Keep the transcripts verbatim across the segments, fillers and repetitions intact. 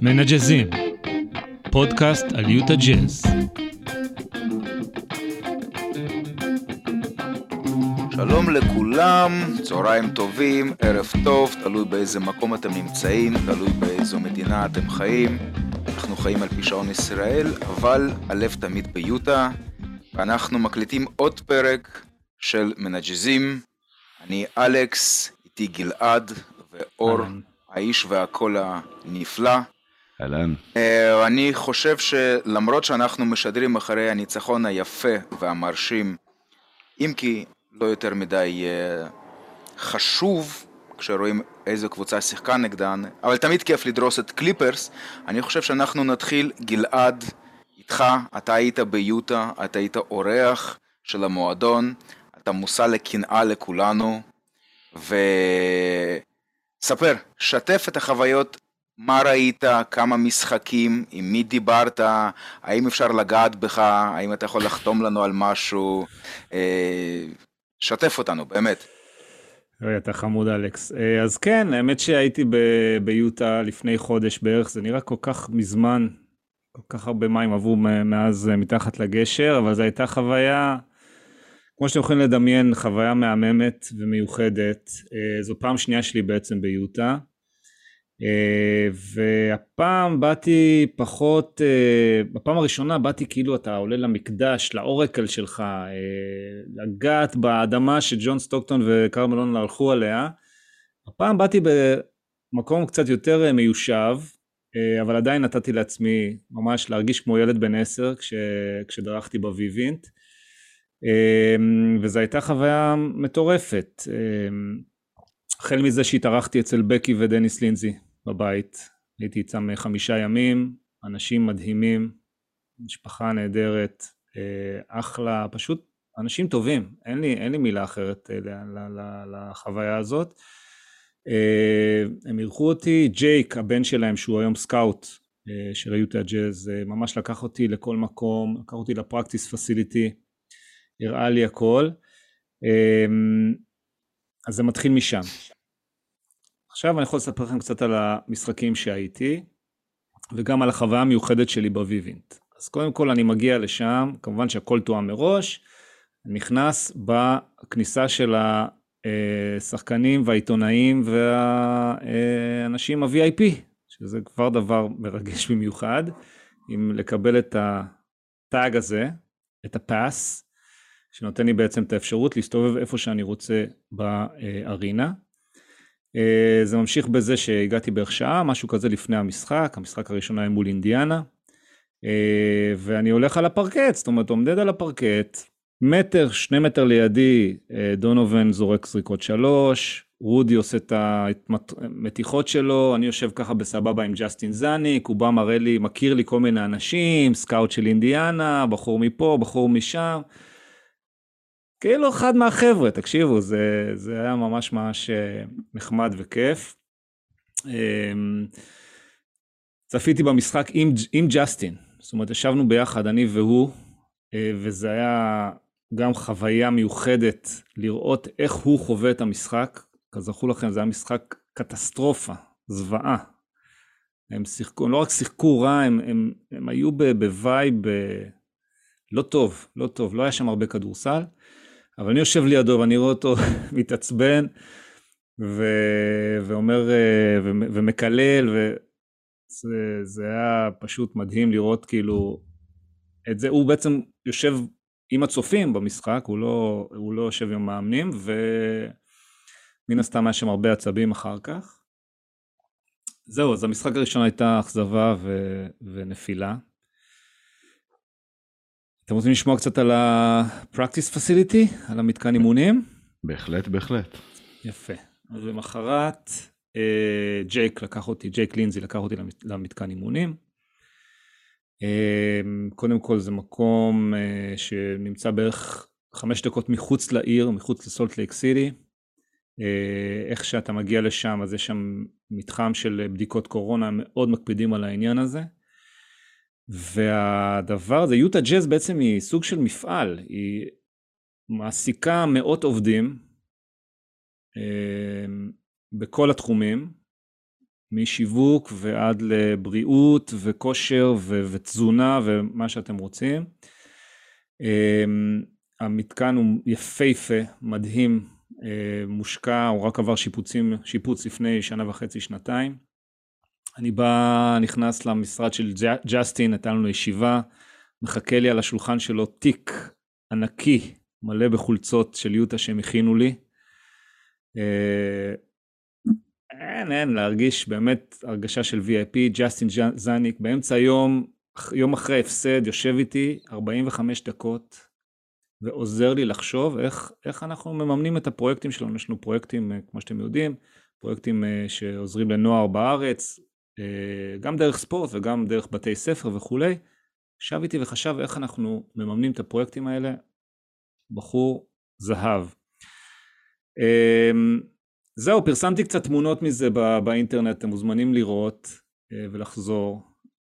מנג'זים, פודקאסט על יוטה ג'אז. שלום לכולם, צהריים טובים, ערב טוב, תלוי באיזה מקום אתם נמצאים, תלוי באיזו מדינה אתם חיים. אנחנו חיים על פי שעון ישראל, אבל הלב תמיד ביוטה, ואנחנו מקליטים עוד פרק של מנג'זים. אני אלכס, איתי גלעד ואור, האיש והקול הנפלא. אהלן. אני חושב שלמרות שאנחנו משדרים אחרי הניצחון היפה והמרשים, אם כי לא יותר מדי חשוב כשרואים איזו קבוצה שיחקה נגדן, אבל תמיד כיף לדרוס את קליפרס. אני חושב שאנחנו נתחיל. גלעד, איתך, אתה היית ביוטה, אתה היית אורח של המועדון, אתה מושא לקנאה לכולנו, וספר, שתף את החוויות, מה ראית, כמה משחקים, עם מי דיברת, האם אפשר לגעת בך, האם אתה יכול לחתום לנו על משהו, שתף אותנו, באמת. אתה חמוד אלכס. אז כן, האמת שהייתי ב- ביוטה לפני חודש בערך, זה נראה כל כך מזמן, כל כך הרבה מים עברו מאז מתחת לגשר, אבל זו הייתה חוויה, כמו שאתם יכולים לדמיין, חוויה מהממת ומיוחדת. זו פעם שנייה שלי בעצם ביוטה, והפעם באתי פחות, בפעם הראשונה באתי כאילו אתה עולה למקדש, לאורקל שלך, לגעת באדמה שג'ון סטוקטון וקרל מלון הלכו עליה. הפעם באתי במקום קצת יותר מיושב, אבל עדיין נתתי לעצמי ממש להרגיש כמו ילד בן עשר כש, כשדרכתי בוויבינט, וזו הייתה חוויה מטורפת. החל מזה שהתארחתי אצל בקי ודניס לינזי בבית, הייתי איתם חמישה ימים, אנשים מדהימים, משפחה נהדרת, אחלה, פשוט אנשים טובים, אין לי, אין לי מילה אחרת לחוויה הזאת. הם אירחו אותי, ג'ייק, הבן שלהם שהוא היום סקאוט של היוטה ג'אז, ממש לקח אותי לכל מקום, לקח אותי לפרקטיס פסיליטי, הראה לי הכל, אז זה מתחיל משם. עכשיו אני יכול לספר לכם קצת על המשחקים שהייתי, וגם על החוויה המיוחדת שלי בוויבינט. אז קודם כל אני מגיע לשם, כמובן שהכל תואם מראש, נכנס בכניסה של השחקנים והעיתונאים והאנשים ה-וי איי פי, שזה כבר דבר מרגש במיוחד, אם לקבל את הטאג הזה, את הפאס, שנותן לי בעצם את האפשרות להסתובב איפה שאני רוצה בארינה. זה ממשיך בזה שהגעתי בערך שעה, משהו כזה לפני המשחק, המשחק הראשון היה מול אינדיאנה, ואני הולך על הפרקט, זאת אומרת, עומד על הפרקט, מטר, שני מטר לידי, דונובן זורק זריקות שלוש, רודי עושה את המתיחות שלו, אני יושב ככה בסבבה עם ג'סטין זניק, הוא בא מראה לי, מכיר לי כל מיני אנשים, סקאוט של אינדיאנה, בחור מפה, בחור משם, כאילו אחד מהחבר'ה, תקשיבו, זה, זה היה ממש ממש נחמד וכיף. צפיתי במשחק עם, עם ג'סטין, זאת אומרת, ישבנו ביחד, אני והוא, וזה היה גם חוויה מיוחדת לראות איך הוא חווה את המשחק. כזכו לכם, זה היה משחק קטסטרופה, זוועה. הם שיחקו, הם לא רק שיחקו רע, הם, הם, הם היו בווייב לא טוב, לא טוב, לא היה שם הרבה כדורסל. אבל אני יושב לידו ואני רואה אותו מתעצבן ו- ואומר ו- ומקלל, וזה זה היה פשוט מדהים לראות כאילו את זה. הוא בעצם יושב עם הצופים במשחק, הוא לא, הוא לא יושב עם מאמנים, ומן הסתם היה שם הרבה עצבים אחר כך. זהו, אז המשחק הראשון הייתה אכזבה ו- ונפילה. אתם רוצים לשמוע קצת על ה-practice facility, על המתקן אימונים? בהחלט, בהחלט. יפה. אז למחרת, ג'ייק לקח אותי, ג'ייק לינזי לקח אותי למתקן אימונים. קודם כל זה מקום שנמצא בערך חמש דקות מחוץ לעיר, מחוץ לסולט לייק סיטי. איך שאתה מגיע לשם, אז יש שם מתחם של בדיקות קורונה, מאוד מקפידים על העניין הזה. והדבר הזה, יוטה ג'אז בעצם היא סוג של מפעל, היא מעסיקה מאות עובדים בכל התחומים, משיווק ועד לבריאות וכושר ו- ותזונה ומה שאתם רוצים. המתקן הוא יפהפה, מדהים, מושקע, הוא רק עבר שיפוצים, שיפוץ לפני שנה וחצי, שנתיים. אני בא, נכנס למשרד של ג'סטין, הייתה לנו ישיבה, מחכה לי על השולחן שלו תיק ענקי, מלא בחולצות של יוטה שהם הכינו לי. אין, אין, להרגיש באמת הרגשה של וי איי פי, ג'סטין זניק, באמצע היום, יום אחרי הפסד, יושב איתי ארבעים וחמש דקות, ועוזר לי לחשוב איך, איך אנחנו מממנים את הפרויקטים שלנו. יש לנו פרויקטים, כמו שאתם יודעים, פרויקטים שעוזרים לנוער בארץ, גם דרך ספורט וגם דרך בתי ספר וכולי. ישב איתי וחשב איך אנחנו מממנים את הפרויקטים האלה, בחור זהב. זהו, פרסמתי קצת תמונות מזה בא, באינטרנט, אתם מוזמנים לראות ולחזור.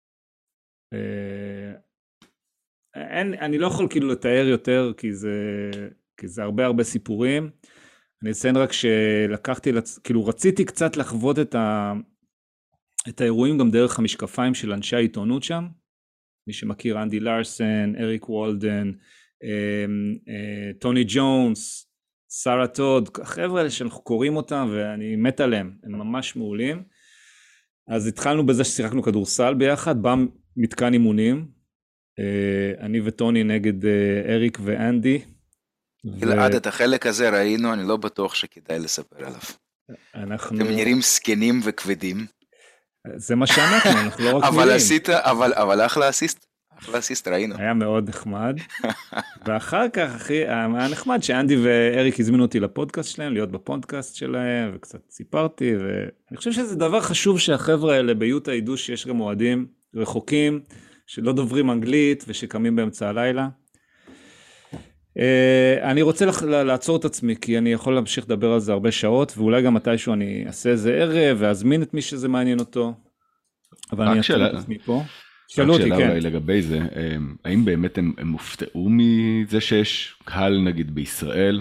אין, אני לא יכול כאילו לתאר יותר, כי זה, כי זה הרבה הרבה סיפורים. אני אציין רק שלקחתי, כאילו רציתי קצת לחוות את, ה, את האירועים גם דרך המשקפיים של אנשי העיתונות שם. מי שמכיר, אנדי לארסן, אריק וולדן, טוני ג'ונס, שרה טוד, החבר'ה האלה שאנחנו קוראים אותם ואני מת עליהם, הם ממש מעולים. אז התחלנו בזה ששיחקנו כדורסל ביחד, בא מתקן אימונים, אני וטוני נגד אריק ואנדי. גלעד, את החלק הזה ראינו, אני לא בטוח שכדאי לספר עליו. אנחנו... אתם נראים סקנים וכבדים. זה מה שאנחנו, אנחנו לא רק אבל מילים. עשית, אבל, אבל אחלה אסיסט, אחלה אסיסט, ראינו. היה מאוד נחמד. ואחר כך, אחי, היה נחמד שאנדי ואריק הזמינו אותי לפודקאסט שלהם, להיות בפודקאסט שלהם, וקצת סיפרתי, ואני חושב שזה דבר חשוב שהחבר'ה האלה ביוטה ידעו שיש גם אוהדים רחוקים, שלא דוברים אנגלית ושקמים באמצע הלילה. אני רוצה לעצור את עצמי, כי אני יכול להמשיך לדבר על זה הרבה שעות, ואולי גם מתישהו אני אעשה איזה ערב, ואזמין את מי שזה מעניין אותו, אבל אני אעצור את עצמי פה. שאלו אותי, כן. שאלה אולי לגבי זה, האם באמת הם, הם מופתעו מזה שיש קהל נגיד בישראל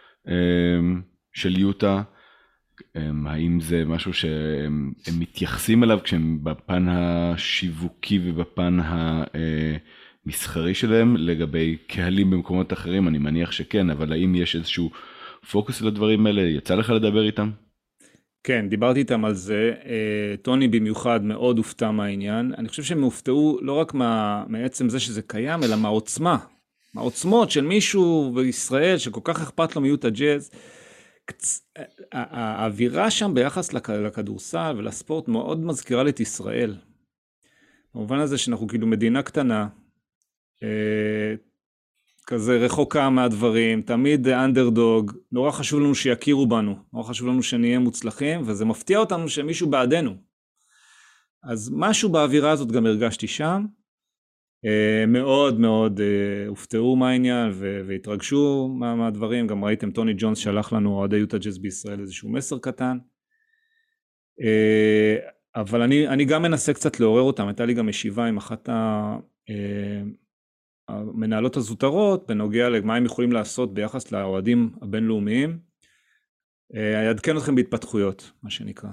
של יוטה? האם זה משהו שהם מתייחסים אליו כשהם בפן השיווקי ובפן המסחרי שלהם לגבי קהלים במקומות אחרים? אני מניח שכן, אבל האם יש איזשהו פוקוס לדברים האלה? יצא לך לדבר איתם? כן, דיברתי איתם על זה. טוני במיוחד מאוד הופתע מהעניין. אני חושב שהם הופתעו לא רק מה, מעצם זה שזה קיים, אלא מהעוצמה. מהעוצמות של מישהו בישראל שכל כך אכפת לו מיוטה ג'אז. האווירה שם ביחס לכדורסל ולספורט מאוד מזכירה לי את ישראל. במובן הזה שאנחנו כאילו מדינה קטנה, כזה רחוקה מהדברים, תמיד אנדרדוג, נורא חשוב לנו שיכירו בנו, נורא חשוב לנו שנהיה מוצלחים, וזה מפתיע אותנו שמישהו בעדנו. אז משהו באווירה הזאת גם הרגשתי שם, מאוד מאוד הופתעו מהעניין והתרגשו מהדברים. גם ראיתם טוני ג'ונס שלח לנו אוהדי יוטה ג'אז בישראל איזשהו מסר קטן, אבל אני, אני גם מנסה קצת לעורר אותם. הייתה לי גם ישיבה עם אחת המנהלות הזוטרות בנוגע למה הם יכולים לעשות ביחס לאוהדים הבינלאומיים. אעדכן אתכם בהתפתחויות, מה שנקרא.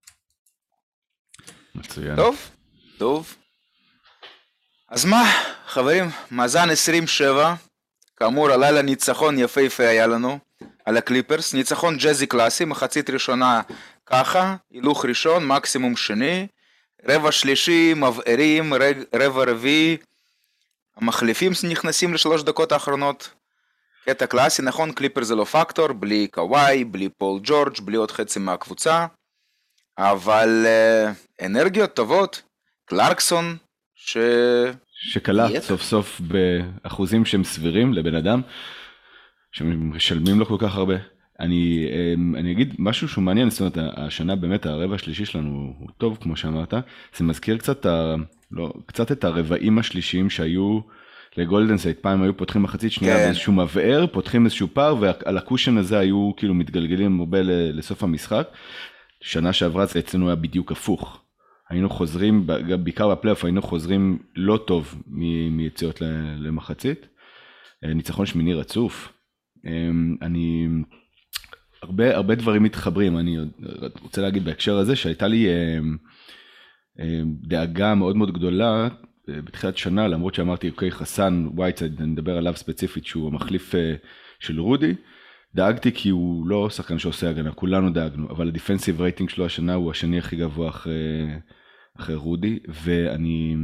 מצוין. טוב, טוב. אז מה, חברים, מאזן עשרים שבע, כאמור הלילה ניצחון יפהפה היה לנו על הקליפרס, ניצחון ג'אזי קלאסי, מחצית ראשונה ככה, הילוך ראשון, מקסימום שני, רבע שלישי, מבערים, רבע רביעי, המחליפים נכנסים לשלוש דקות האחרונות, קטע קלאסי, נכון, קליפרס זה לא פקטור, בלי קוואי, בלי פול ג'ורג', בלי עוד חצי מהקבוצה, אבל uh, אנרגיות טובות, קלרקסון, ש... שקלט סוף סוף באחוזים שהם סבירים לבן אדם, שמשלמים לו כל כך הרבה. אני, אני אגיד משהו שהוא מעניין, זאת אומרת, השנה באמת הרבע השלישי שלנו הוא טוב, כמו שאמרת, זה מזכיר קצת, ה, לא, קצת את הרבעים השלישיים שהיו לגולדן סטייט, פעם היו פותחים מחצית שנייה כן. באיזשהו מבער, פותחים איזשהו פער, ועל הקושן הזה היו כאילו מתגלגלים הרבה לסוף המשחק. שנה שעברה זה אצלנו היה בדיוק הפוך. היינו חוזרים, בעיקר בפלייאוף, היינו חוזרים לא טוב מיציאות למחצית. ניצחון שמיני רצוף. אני הרבה, הרבה דברים מתחברים. אני רוצה להגיד בהקשר הזה שהייתה לי אה, אה, דאגה מאוד מאוד גדולה אה, בתחילת שנה, למרות שאמרתי, אוקיי, חסן וייטסייד, אני מדבר עליו ספציפית, שהוא המחליף אה, של רודי, דאגתי כי הוא לא שחקן שעושה הגנה, כולנו דאגנו, אבל הדיפנסיב רייטינג שלו השנה הוא השני הכי גבוה אחרי, אחרי רודי, ואני,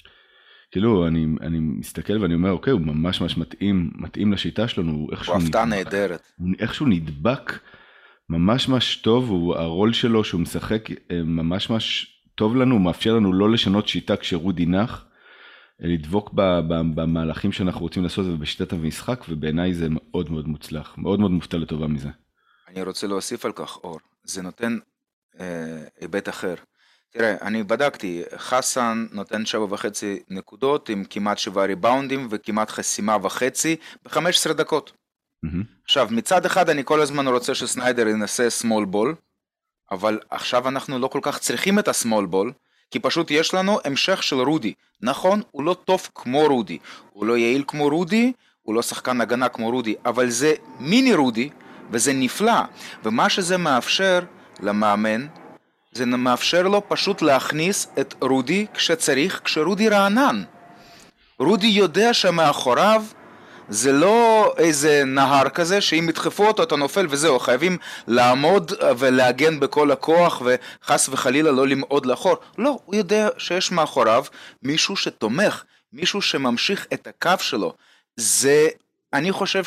כאילו, אני, אני מסתכל ואני אומר, אוקיי, הוא ממש ממש מתאים, מתאים לשיטה שלנו, הוא איכשהו הוא הפתעה נהדרת. הוא איכשהו נדבק ממש ממש טוב, הוא, הרול שלו שהוא משחק ממש ממש טוב לנו, הוא מאפשר לנו לא לשנות שיטה כשרודי נח, לדבוק במהלכים שאנחנו רוצים לעשות ובשיטת המשחק, ובעיניי זה מאוד מאוד מוצלח, מאוד מאוד מופתע לטובה מזה. אני רוצה להוסיף על כך, אור, זה נותן אה, היבט אחר. תראה, אני בדקתי, חסן נותן שבע וחצי נקודות, עם כמעט שבעה ריבאונדים, וכמעט חסימה וחצי, ב-חמש עשרה דקות. Mm-hmm. עכשיו, מצד אחד אני כל הזמן רוצה שסניידר ינסה small ball, אבל עכשיו אנחנו לא כל כך צריכים את ה-small ball, כי פשוט יש לנו המשך של רודי. נכון, הוא לא טוב כמו רודי, הוא לא יעיל כמו רודי, הוא לא שחקן הגנה כמו רודי, אבל זה מיני רודי, וזה נפלא. ומה שזה מאפשר למאמן, זה מאפשר לו פשוט להכניס את רודי כשצריך, כשרודי רענן. רודי יודע שמאחוריו זה לא איזה נהר כזה, שאם ידחפו אותו אתה נופל וזהו, חייבים לעמוד ולהגן בכל הכוח וחס וחלילה לא למעוד לאחור. לא, הוא יודע שיש מאחוריו מישהו שתומך, מישהו שממשיך את הקו שלו. זה, אני חושב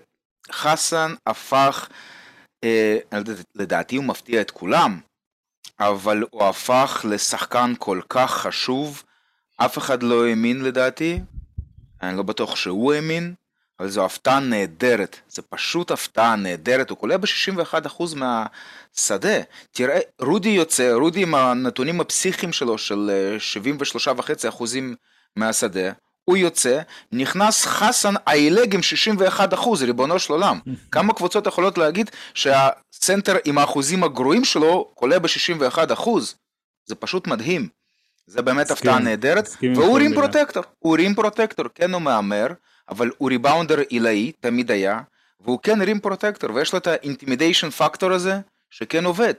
שחסן הפך, אה, לדעתי הוא מפתיע את כולם, אבל הוא הפך לשחקן כל כך חשוב, אף אחד לא האמין לדעתי, אני לא בטוח שהוא האמין, אבל זו הפתעה נהדרת, זה פשוט הפתעה נהדרת, הוא קולה ב-שישים ואחד אחוז מהשדה, תראה, רודי יוצא, רודי עם הנתונים הפסיכיים שלו של שבעים ושלושה וחצי אחוזים מהשדה, הוא יוצא, נכנס חסן אילג עם שישים ואחד אחוז, ריבונו של עולם, כמה קבוצות יכולות להגיד שהסנטר עם האחוזים הגרועים שלו קולה ב-שישים ואחד אחוז, זה פשוט מדהים, זה באמת הפתעה נהדרת, והוא רים פרוטקטור, הוא רים פרוטקטור, כן הוא מאמר, אבל הוא ריבאונדר עילאי, תמיד היה, והוא כן רים פרוטקטור, ויש לו את האינטימידיישן פקטור הזה, שכן עובד.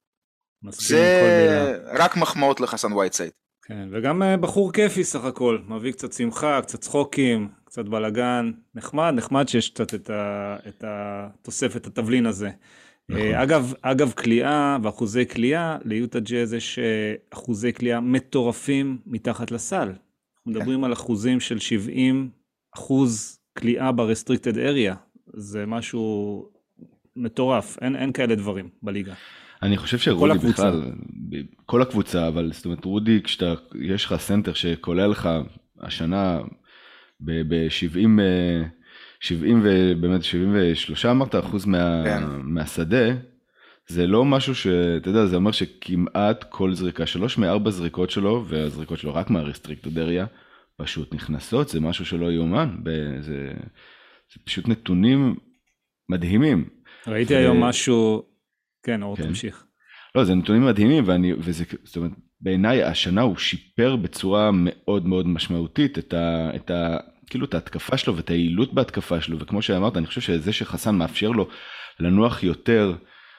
זה רק מחמאות לחסן וייטסייד. כן, וגם בחור כיפי סך הכל, מביא קצת שמחה, קצת צחוקים, קצת בלגן, נחמד, נחמד שיש קצת את, ה, את התוספת, התבלין הזה. נכון. אגב, אגב קליעה ואחוזי קליעה, ליוטה ג'אז יש אחוזי קליעה מטורפים מתחת לסל. אנחנו מדברים על אחוזים של שבעים אחוז קליעה ברסטריקטד אריה, זה משהו מטורף, אין, אין כאלה דברים בליגה. אני חושב שרודי בכלל, כל הקבוצה, אבל זאת אומרת, רודי, כשאתה, יש לך סנטר שכולל לך השנה ב-שבעים, שבעים ובאמת שבעים ושלושה אמרת אחוז מה, מהשדה, זה לא משהו שאתה יודע, זה אומר שכמעט כל זריקה, שלוש מארבע זריקות שלו, והזריקות שלו רק מהרסטריקטד אריה, פשוט נכנסות, זה משהו שלא יאומן, זה, זה פשוט נתונים מדהימים. ראיתי ו... היום משהו, כן, אור, כן. תמשיך. לא, זה נתונים מדהימים, ואני, וזה, זאת אומרת, בעיניי השנה הוא שיפר בצורה מאוד מאוד משמעותית את ה, את ה, כאילו את ההתקפה שלו ואת היעילות בהתקפה שלו, וכמו שאמרת, אני חושב שזה שחסן מאפשר לו לנוח יותר,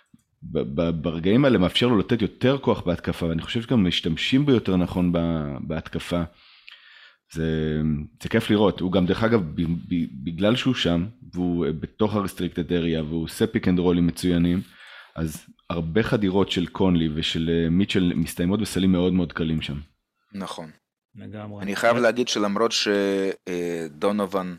ברגעים האלה מאפשר לו לתת יותר כוח בהתקפה, ואני חושב שגם משתמשים בו יותר נכון בהתקפה, זה, זה כיף לראות, הוא גם דרך אגב, בגלל שהוא שם, והוא בתוך הרסטריקטד אריה, והוא עושה פיק אנד רולים מצוינים, אז הרבה חדירות של קונלי ושל מיטשל מסתיימות בסלים מאוד מאוד קלים שם. נכון. לגמרי. אני חייב להגיד שלמרות שדונובן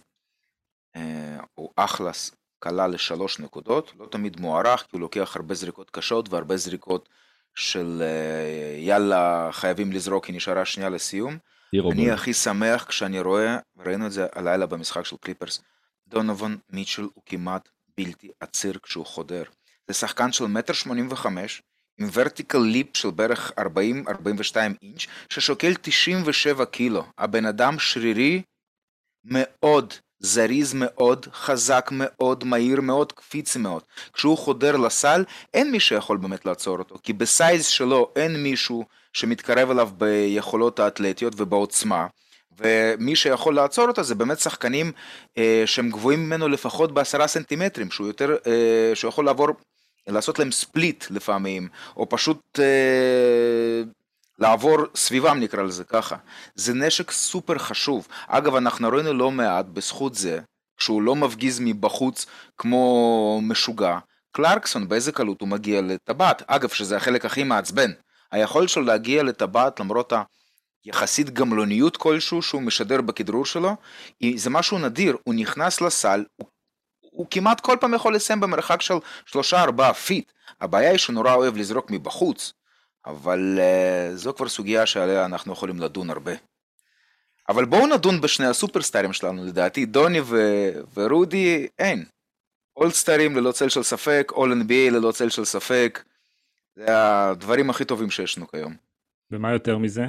הוא אחלס, קלה לשלוש נקודות, לא תמיד מוערך, כי הוא לוקח הרבה זריקות קשות, והרבה זריקות של יאללה, חייבים לזרוק, כי נשארה שנייה לסיום. אני הכי שמח כשאני רואה, ראינו את זה הלילה במשחק של קליפרס, דונובן מיטשל הוא כמעט בלתי עציר כשהוא חודר. זה שחקן של מטר שמונים וחמש, עם ורטיקל ליפ של בערך ארבעים עד ארבעים ושתיים אינץ', ששוקל תשעים ושבע קילו. הבן אדם שרירי מאוד, זריז מאוד, חזק מאוד, מהיר מאוד, קפיץ מאוד. כשהוא חודר לסל, אין מי שיכול באמת לעצור אותו, כי בסייז שלו אין מישהו שמתקרב אליו ביכולות האתלטיות ובעוצמה, ומי שיכול לעצור אותו זה באמת שחקנים אה, שהם גבוהים ממנו לפחות בעשרה סנטימטרים, שהוא יותר, אה, שהוא יכול לעבור לעשות להם ספליט לפעמים, או פשוט אה, לעבור סביבם נקרא לזה ככה. זה נשק סופר חשוב. אגב, אנחנו ראינו לא מעט בזכות זה, כשהוא לא מפגיז מבחוץ כמו משוגע, קלרקסון באיזה קלות הוא מגיע לטבעת, אגב שזה החלק הכי מעצבן, היכולת שלו להגיע לטבעת למרות היחסית גמלוניות כלשהו שהוא משדר בכדרור שלו, זה משהו נדיר, הוא נכנס לסל, הוא, הוא כמעט כל פעם יכול לסיים במרחק של שלושה ארבעה פיט, הבעיה היא שהוא נורא אוהב לזרוק מבחוץ, אבל uh, זו כבר סוגיה שעליה אנחנו יכולים לדון הרבה. אבל בואו נדון בשני הסופרסטארים שלנו, לדעתי, דוני ו- ורודי, אין. אולסטארים ללא צל של ספק, אול אן בי איי ללא צל של ספק, זה הדברים הכי טובים שישנו כיום. ומה יותר מזה?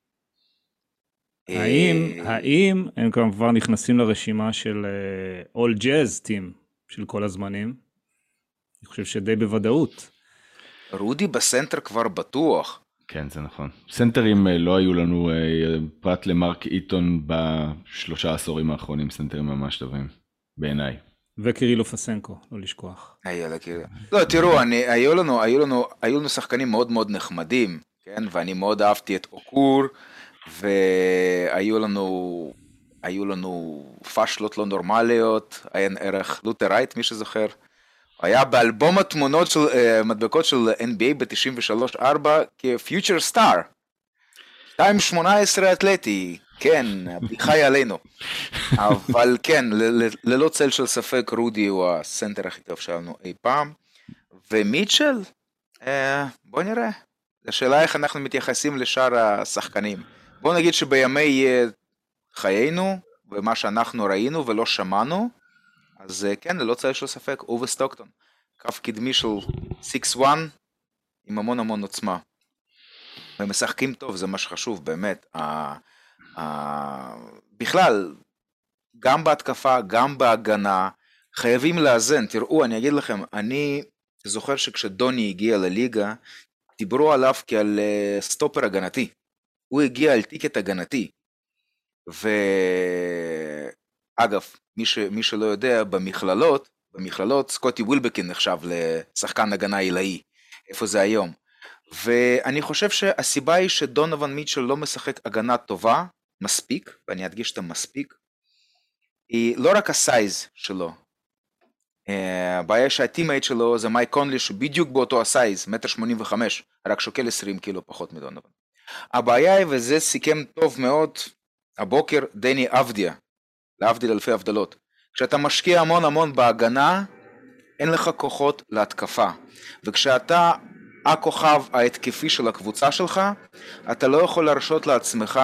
האם, האם הם כבר נכנסים לרשימה של All Jazz Team של כל הזמנים? אני חושב שדי בוודאות. רודי בסנטר כבר בטוח. כן, זה נכון. סנטרים לא היו לנו, פרט למרק איטון בשלושה עשורים האחרונים, סנטרים ממש טובים, בעיניי. וקירילו פסנקו, לא לשכוח. היה קירילו. לא, תראו, אני, היו לנו, היו לנו, היו לנו שחקנים מאוד מאוד נחמדים, כן? ואני מאוד אהבתי את אוקור, והיו לנו, היו לנו פשלות לא נורמליות, היה ערך לותר רייט, מי שזוכר. היה באלבום התמונות של מדבקות של אן בי איי ב-תשעים ושלוש ארבע כפיוטר סטאר. שתיים שמונה עשרה אתלטי, כן, הבדיחה היא עלינו. אבל כן, ללא צל של ספק, רודי הוא הסנטר הכי טוב שלנו אי פעם. ומיטשל, בוא נראה. השאלה איך אנחנו מתייחסים לשאר השחקנים. בוא נגיד שבימי חיינו, ומה שאנחנו ראינו ולא שמענו, אז כן, ללא צל של ספק, הוא וסטוקטון. קו קדמי של שש אחת, עם המון המון עוצמה. והם משחקים טוב, זה מה שחשוב, באמת. בכלל, גם בהתקפה, גם בהגנה, חייבים לאזן. תראו, אני אגיד לכם, אני זוכר שכשדוני הגיע לליגה, דיברו עליו כעל סטופר הגנתי. הוא הגיע על טיקט הגנתי. ואגב, מי, ש... מי שלא יודע, במכללות, במכללות, סקוטי ווילבקין נחשב לשחקן הגנה עילאי. איפה זה היום? ואני חושב שהסיבה היא שדונוvan מיטשל לא משחק הגנה טובה, מספיק, ואני אדגיש את המספיק, היא לא רק הסייז שלו, הבעיה שהטימייט שלו זה מייק קונלי שבדיוק באותו הסייז, מטר שמונים וחמש, רק שוקל עשרים קילו פחות מדונוvan. הבעיה היא, וזה סיכם טוב מאוד, הבוקר דני אבדיה, להבדיל אלפי הבדלות, כשאתה משקיע המון המון בהגנה, אין לך כוחות להתקפה, וכשאתה הכוכב ההתקפי של הקבוצה שלך, אתה לא יכול להרשות לעצמך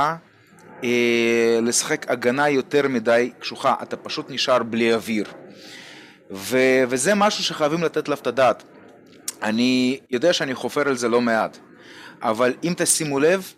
אה, לשחק הגנה יותר מדי קשוחה, אתה פשוט נשאר בלי אוויר. ו- וזה משהו שחייבים לתת לו את הדעת. אני יודע שאני חופר על זה לא מעט, אבל אם תשימו לב,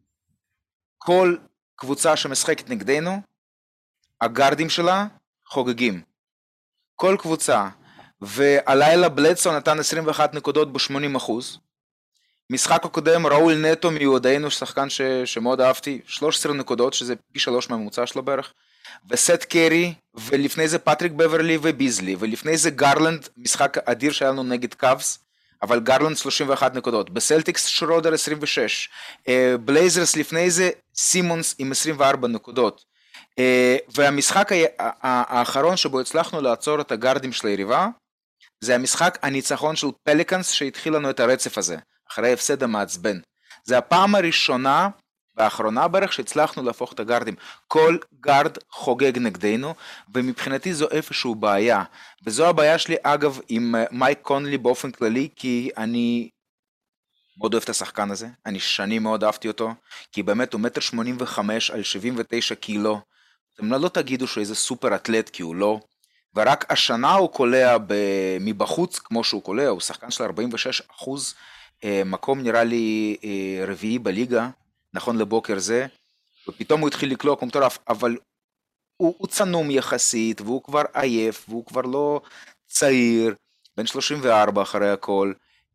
כל קבוצה שמשחקת נגדנו, הגארדים שלה חוגגים. כל קבוצה. והלילה בלדסו נתן עשרים ואחת נקודות ב-שמונים אחוז. משחק הקודם ראול נטו מיודענו, שחקן ש... שמאוד אהבתי, שלוש עשרה נקודות, שזה פי שלוש מהממוצע שלו בערך. וסט קרי, ולפני זה פטריק בברלי וביזלי, ולפני זה גרלנד, משחק אדיר שהיה לנו נגד קאבס, אבל גרלנד שלושים ואחת נקודות. בסלטיקס שרודר עשרים ושש. בלייזרס לפני זה סימונס עם עשרים וארבע נקודות. והמשחק האחרון שבו הצלחנו לעצור את הגארדים של היריבה, זה המשחק הניצחון של פליקנס שהתחיל לנו את הרצף הזה, אחרי הפסד המעצבן. זה הפעם הראשונה והאחרונה בערך שהצלחנו להפוך את הגארדים. כל גארד חוגג נגדנו, ומבחינתי זו איפשהו בעיה. וזו הבעיה שלי אגב עם מייק קונלי באופן כללי, כי אני מאוד אוהב את השחקן הזה, אני שנים מאוד אהבתי אותו, כי באמת הוא מטר שמונים וחמש על שבעים ותשע קילו, אתם לא תגידו שהוא איזה סופר אתלט, כי הוא לא, ורק השנה הוא קולע מבחוץ כמו שהוא קולע, הוא שחקן של ארבעים ושש אחוז, מקום נראה לי רביעי בליגה, נכון לבוקר זה, ופתאום הוא התחיל לקלוע כמו מטורף, אבל הוא, הוא צנום יחסית, והוא כבר עייף, והוא כבר לא צעיר, בן שלושים וארבע אחרי הכל,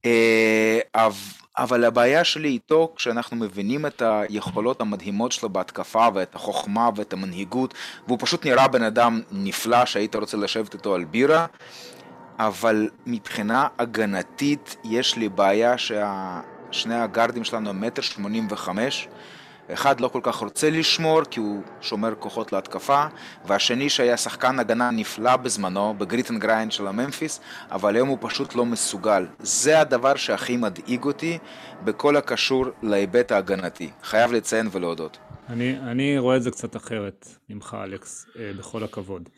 אבל הבעיה שלי איתו, כשאנחנו מבינים את היכולות המדהימות שלו בהתקפה, ואת החוכמה ואת המנהיגות, והוא פשוט נראה בן אדם נפלא שהיית רוצה לשבת איתו על בירה, אבל מבחינה הגנתית יש לי בעיה ששני הגארדים שלנו מטר שמונים וחמש, אחד לא כל כך רוצה לשמור כי הוא שומר כוחות להתקפה, והשני שהיה שחקן הגנה נפלא בזמנו בגריט אנד גריינד של הממפיס, אבל היום הוא פשוט לא מסוגל. זה הדבר שהכי מדאיג אותי בכל הקשור להיבט ההגנתי, חייב לציין ולהודות. אני, אני רואה את זה קצת אחרת ממך, אלכס, בכל הכבוד.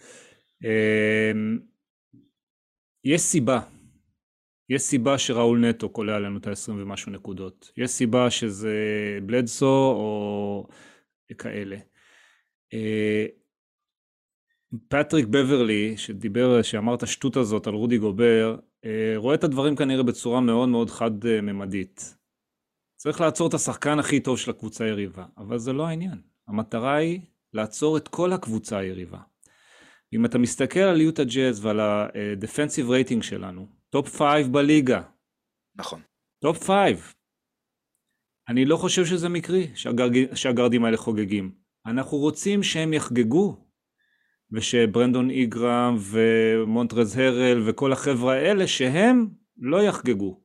יש סיבה, יש סיבה שראול נטו קולע עלינו את ה-עשרים ומשהו נקודות. יש סיבה שזה בלדסו או כאלה. פטריק בברלי, שדיבר, שאמר את השטות הזאת על רודי גובר, רואה את הדברים כנראה בצורה מאוד מאוד חד-ממדית. צריך לעצור את השחקן הכי טוב של הקבוצה היריבה, אבל זה לא העניין. המטרה היא לעצור את כל הקבוצה היריבה. אם אתה מסתכל על יוטה ג'אז ועל ה-defensive rating שלנו, טופ חמש בליגה. נכון. טופ חמש. אני לא חושב שזה מקרי שהגרג... שהגרדים האלה חוגגים. אנחנו רוצים שהם יחגגו, ושברנדון איגרם ומונטרז הרל וכל החבר'ה האלה שהם לא יחגגו.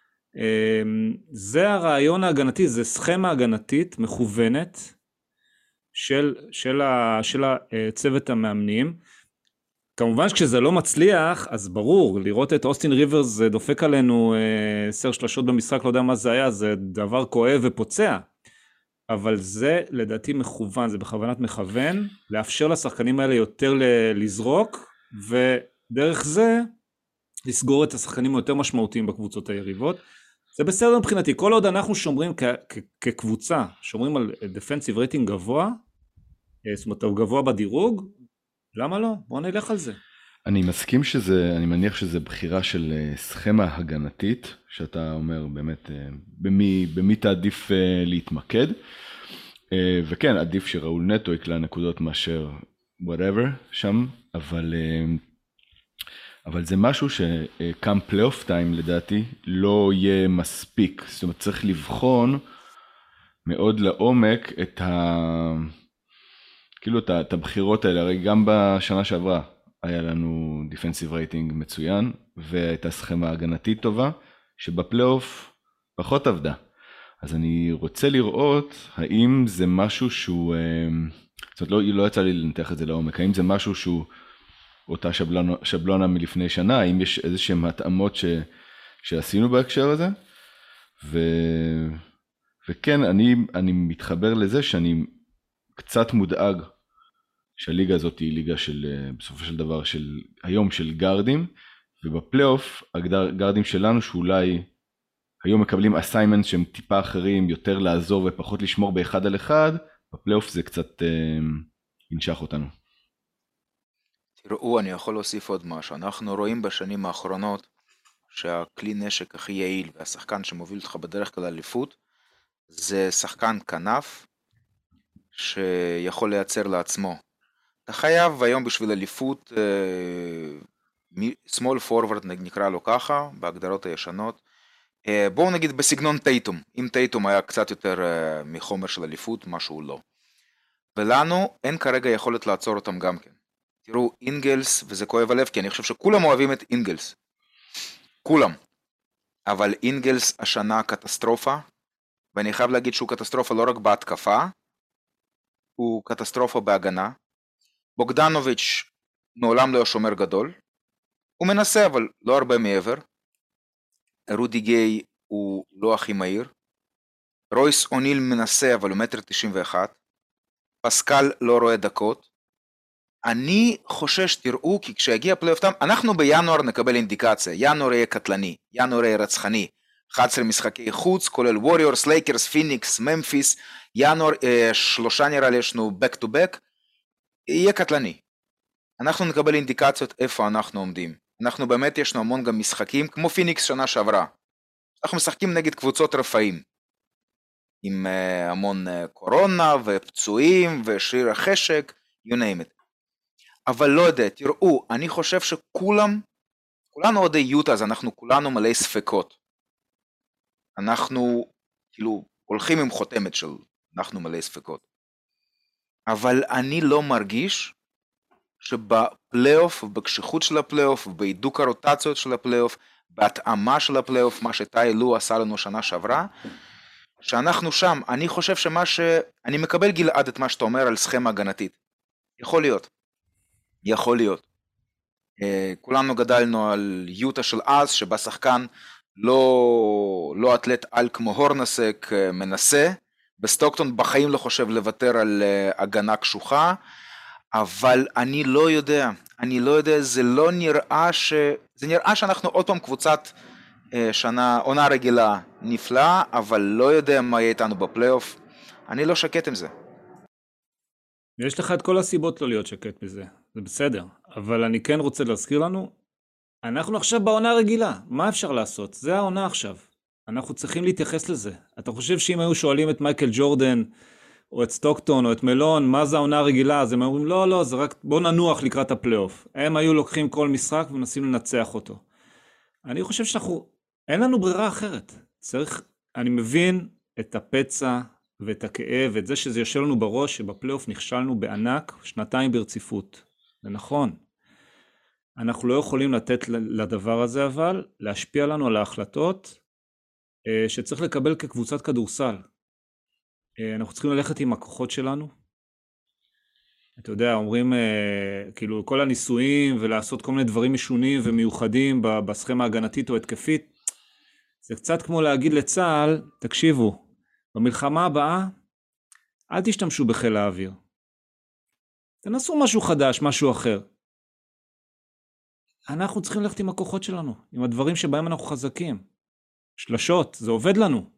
זה הרעיון ההגנתי, זה סכמה הגנתית מכוונת של, של, ה, של הצוות המאמנים. כמובן שכשזה לא מצליח, אז ברור, לראות את אוסטין ריברס זה דופק עלינו עשר שלשות במשחק, לא יודע מה זה היה, זה דבר כואב ופוצע. אבל זה לדעתי מכוון, זה בכוונת מכוון, לאפשר לשחקנים האלה יותר לזרוק, ודרך זה לסגור את השחקנים היותר משמעותיים בקבוצות היריבות. זה בסדר מבחינתי, כל עוד אנחנו שומרים כ- כ- כקבוצה, שומרים על defensive rating גבוה, זאת אומרת, הוא גבוה בדירוג, למה לא? בוא נלך על זה. אני מסכים שזה, אני מניח שזה בחירה של סכמה הגנתית, שאתה אומר באמת במי, במי תעדיף להתמקד, וכן, עדיף שראול נטו יקלע נקודות מאשר whatever שם, אבל, אבל זה משהו שקם פלייאוף טיים לדעתי לא יהיה מספיק, זאת אומרת צריך לבחון מאוד לעומק את ה... כאילו את הבחירות האלה, הרי גם בשנה שעברה היה לנו דיפנסיב רייטינג מצוין, והייתה סכמה הגנתית טובה, שבפלייאוף פחות עבדה. אז אני רוצה לראות האם זה משהו שהוא, זאת אומרת, לא, לא יצא לי לנתח את זה לעומק, האם זה משהו שהוא אותה שבלונה, שבלונה מלפני שנה, האם יש איזשהם התאמות ש, שעשינו בהקשר הזה, ו, וכן, אני, אני מתחבר לזה שאני קצת מודאג שהליגה הזאת היא ליגה של, בסופו של דבר, של היום של גארדים, ובפלייאוף הגארדים שלנו שאולי היום מקבלים אסיימנט שהם טיפה אחרים, יותר לעזור ופחות לשמור באחד על אחד, בפלייאוף זה קצת אה, ינשך אותנו. תראו, אני יכול להוסיף עוד משהו. אנחנו רואים בשנים האחרונות שהכלי נשק הכי יעיל והשחקן שמוביל אותך בדרך כלל אליפות, זה שחקן כנף שיכול לייצר לעצמו. אתה חייב היום בשביל אליפות, small forward נקרא לו ככה, בהגדרות הישנות, בואו נגיד בסגנון טייטום, אם טייטום היה קצת יותר מחומר של אליפות, משהו לא. ולנו אין כרגע יכולת לעצור אותם גם כן. תראו, אינגלס, וזה כואב הלב, כי אני חושב שכולם אוהבים את אינגלס. כולם. אבל אינגלס השנה קטסטרופה, ואני חייב להגיד שהוא קטסטרופה לא רק בהתקפה, הוא קטסטרופה בהגנה. בוגדנוביץ' מעולם לא שומר גדול, הוא מנסה אבל לא הרבה מעבר. רודי גיי הוא לא הכי מהיר, רויס אוניל מנסה אבל הוא מטר תשעים ואחת, פסקל לא רואה דקות. אני חושש, תראו, כי כשהגיע פלייאוף טיים, אנחנו בינואר נקבל אינדיקציה, ינואר יהיה קטלני, ינואר יהיה רצחני, אחד עשר משחקי חוץ, כולל ווריורס, לייקרס, פיניקס, ממפיס, ינואר, אה, שלושה נראה לי ישנו back to back, יהיה קטלני. אנחנו נקבל אינדיקציות איפה אנחנו עומדים. אנחנו באמת ישנו המון גם משחקים, כמו פיניקס שנה שעברה. אנחנו משחקים נגד קבוצות רפאים, עם uh, המון uh, קורונה ופצועים ושריר החשק, you name it. אבל לא יודע, תראו, אני חושב שכולם, כולנו עוד יוטה, אז אנחנו כולנו מלא ספקות. אנחנו כאילו הולכים עם חותמת של אנחנו מלא ספקות. אבל אני לא מרגיש שבפלייאוף, בקשיחות של הפלייאוף, בהידוק הרוטציות של הפלייאוף, בהתאמה של הפלייאוף, מה שטי לו עשה לנו שנה שעברה, שאנחנו שם, אני חושב שמה ש... אני מקבל גלעד את מה שאתה אומר על סכמה הגנתית. יכול להיות. יכול להיות. כולנו גדלנו על יוטה של אז, שבה שחקן לא, לא אתלט על כמו הורנסק מנסה, בסטוקטון בחיים לא חושב לוותר על הגנה קשוחה, אבל אני לא יודע, אני לא יודע, זה לא נראה ש... זה נראה שאנחנו עוד פעם קבוצת שנה, עונה רגילה נפלאה, אבל לא יודע מה יהיה איתנו בפלייאוף, אני לא שקט עם זה. יש לך את כל הסיבות לא להיות שקט מזה, זה בסדר, אבל אני כן רוצה להזכיר לנו, אנחנו עכשיו בעונה רגילה, מה אפשר לעשות? זה העונה עכשיו, אנחנו צריכים להתייחס לזה. אתה חושב שאם היו שואלים את מייקל ג'ורדן, או את סטוקטון, או את מלון, מה זה העונה הרגילה? אז הם אומרים, לא, לא, זה רק, בוא ננוח לקראת הפלייאוף. הם היו לוקחים כל משחק ומנסים לנצח אותו. אני חושב שאנחנו, אין לנו ברירה אחרת. צריך, אני מבין את הפצע ואת הכאב, ואת זה שזה יושב לנו בראש, שבפלייאוף נכשלנו בענק, שנתיים ברציפות. זה נכון. אנחנו לא יכולים לתת לדבר הזה, אבל להשפיע לנו על ההחלטות, שצריך לקבל כקבוצת כדורסל. אנחנו צריכים ללכת עם הכוחות שלנו. אתה יודע, אומרים, כאילו, כל הניסויים ולעשות כל מיני דברים משונים ומיוחדים בסכמה הגנתית או התקפית, זה קצת כמו להגיד לצה"ל, תקשיבו, במלחמה הבאה, אל תשתמשו בחיל האוויר. תנסו משהו חדש, משהו אחר. אנחנו צריכים ללכת עם הכוחות שלנו, עם הדברים שבהם אנחנו חזקים. שלשות, זה עובד לנו.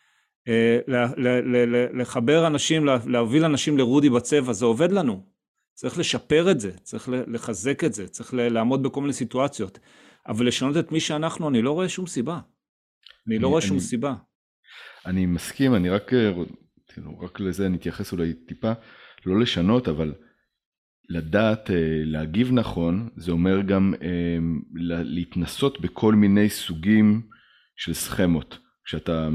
לחבר אנשים, להוביל אנשים לרודי בצבע, זה עובד לנו. צריך לשפר את זה, צריך לחזק את זה, צריך לעמוד בכל מיני סיטואציות. אבל לשנות את מי שאנחנו, אני לא רואה שום סיבה. אני לא רואה שום סיבה. אני מסכים, אני רק, רק לזה נתייחס אולי טיפה, לא לשנות, אבל לדעת להגיב נכון, זה אומר גם להתנסות בכל מיני סוגים של סכמות. כשאתה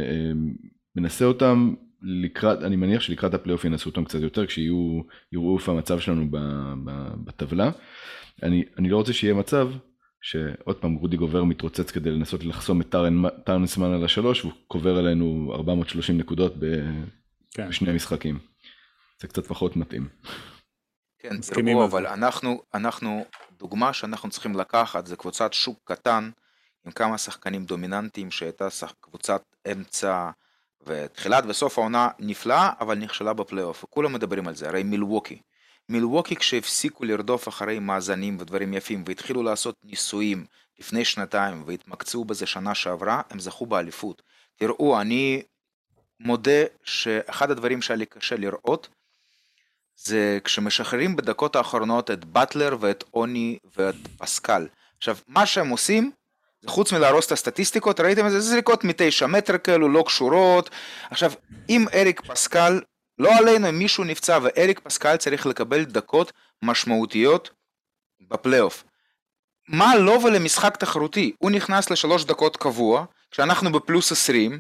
מנסה אותם לקראת, אני מניח שלקראת הפלייאוף ינסו אותם קצת יותר, כשיהיו, יראו איפה המצב שלנו בטבלה. אני, אני לא רוצה שיהיה מצב שעוד פעם רודי גובר מתרוצץ כדי לנסות לחסום את טרנסמן על השלוש, והוא קובר עלינו ארבע מאות ושלושים נקודות כן. בשני משחקים. זה קצת פחות מתאים. כן, תראו, אבל אנחנו, אנחנו, דוגמה שאנחנו צריכים לקחת, זה קבוצת שוק קטן, עם כמה שחקנים דומיננטיים, שהייתה קבוצת אמצע, ותחילת וסוף העונה נפלאה, אבל נכשלה בפלייאוף, וכולם מדברים על זה, הרי מילווקי. מילווקי כשהפסיקו לרדוף אחרי מאזנים ודברים יפים, והתחילו לעשות ניסויים לפני שנתיים, והתמקצעו בזה שנה שעברה, הם זכו באליפות. תראו, אני מודה שאחד הדברים שהיה לי קשה לראות, זה כשמשחררים בדקות האחרונות את באטלר ואת אוני ואת פסקל. עכשיו, מה שהם עושים, חוץ מלהרוס את הסטטיסטיקות, ראיתם איזה זריקות מתשע מטר כאלו, לא קשורות. עכשיו, אם אריק פסקל, לא עלינו, אם מישהו נפצע, ואריק פסקל צריך לקבל דקות משמעותיות בפלייאוף. מה לא ולמשחק תחרותי? הוא נכנס לשלוש דקות קבוע, כשאנחנו בפלוס עשרים,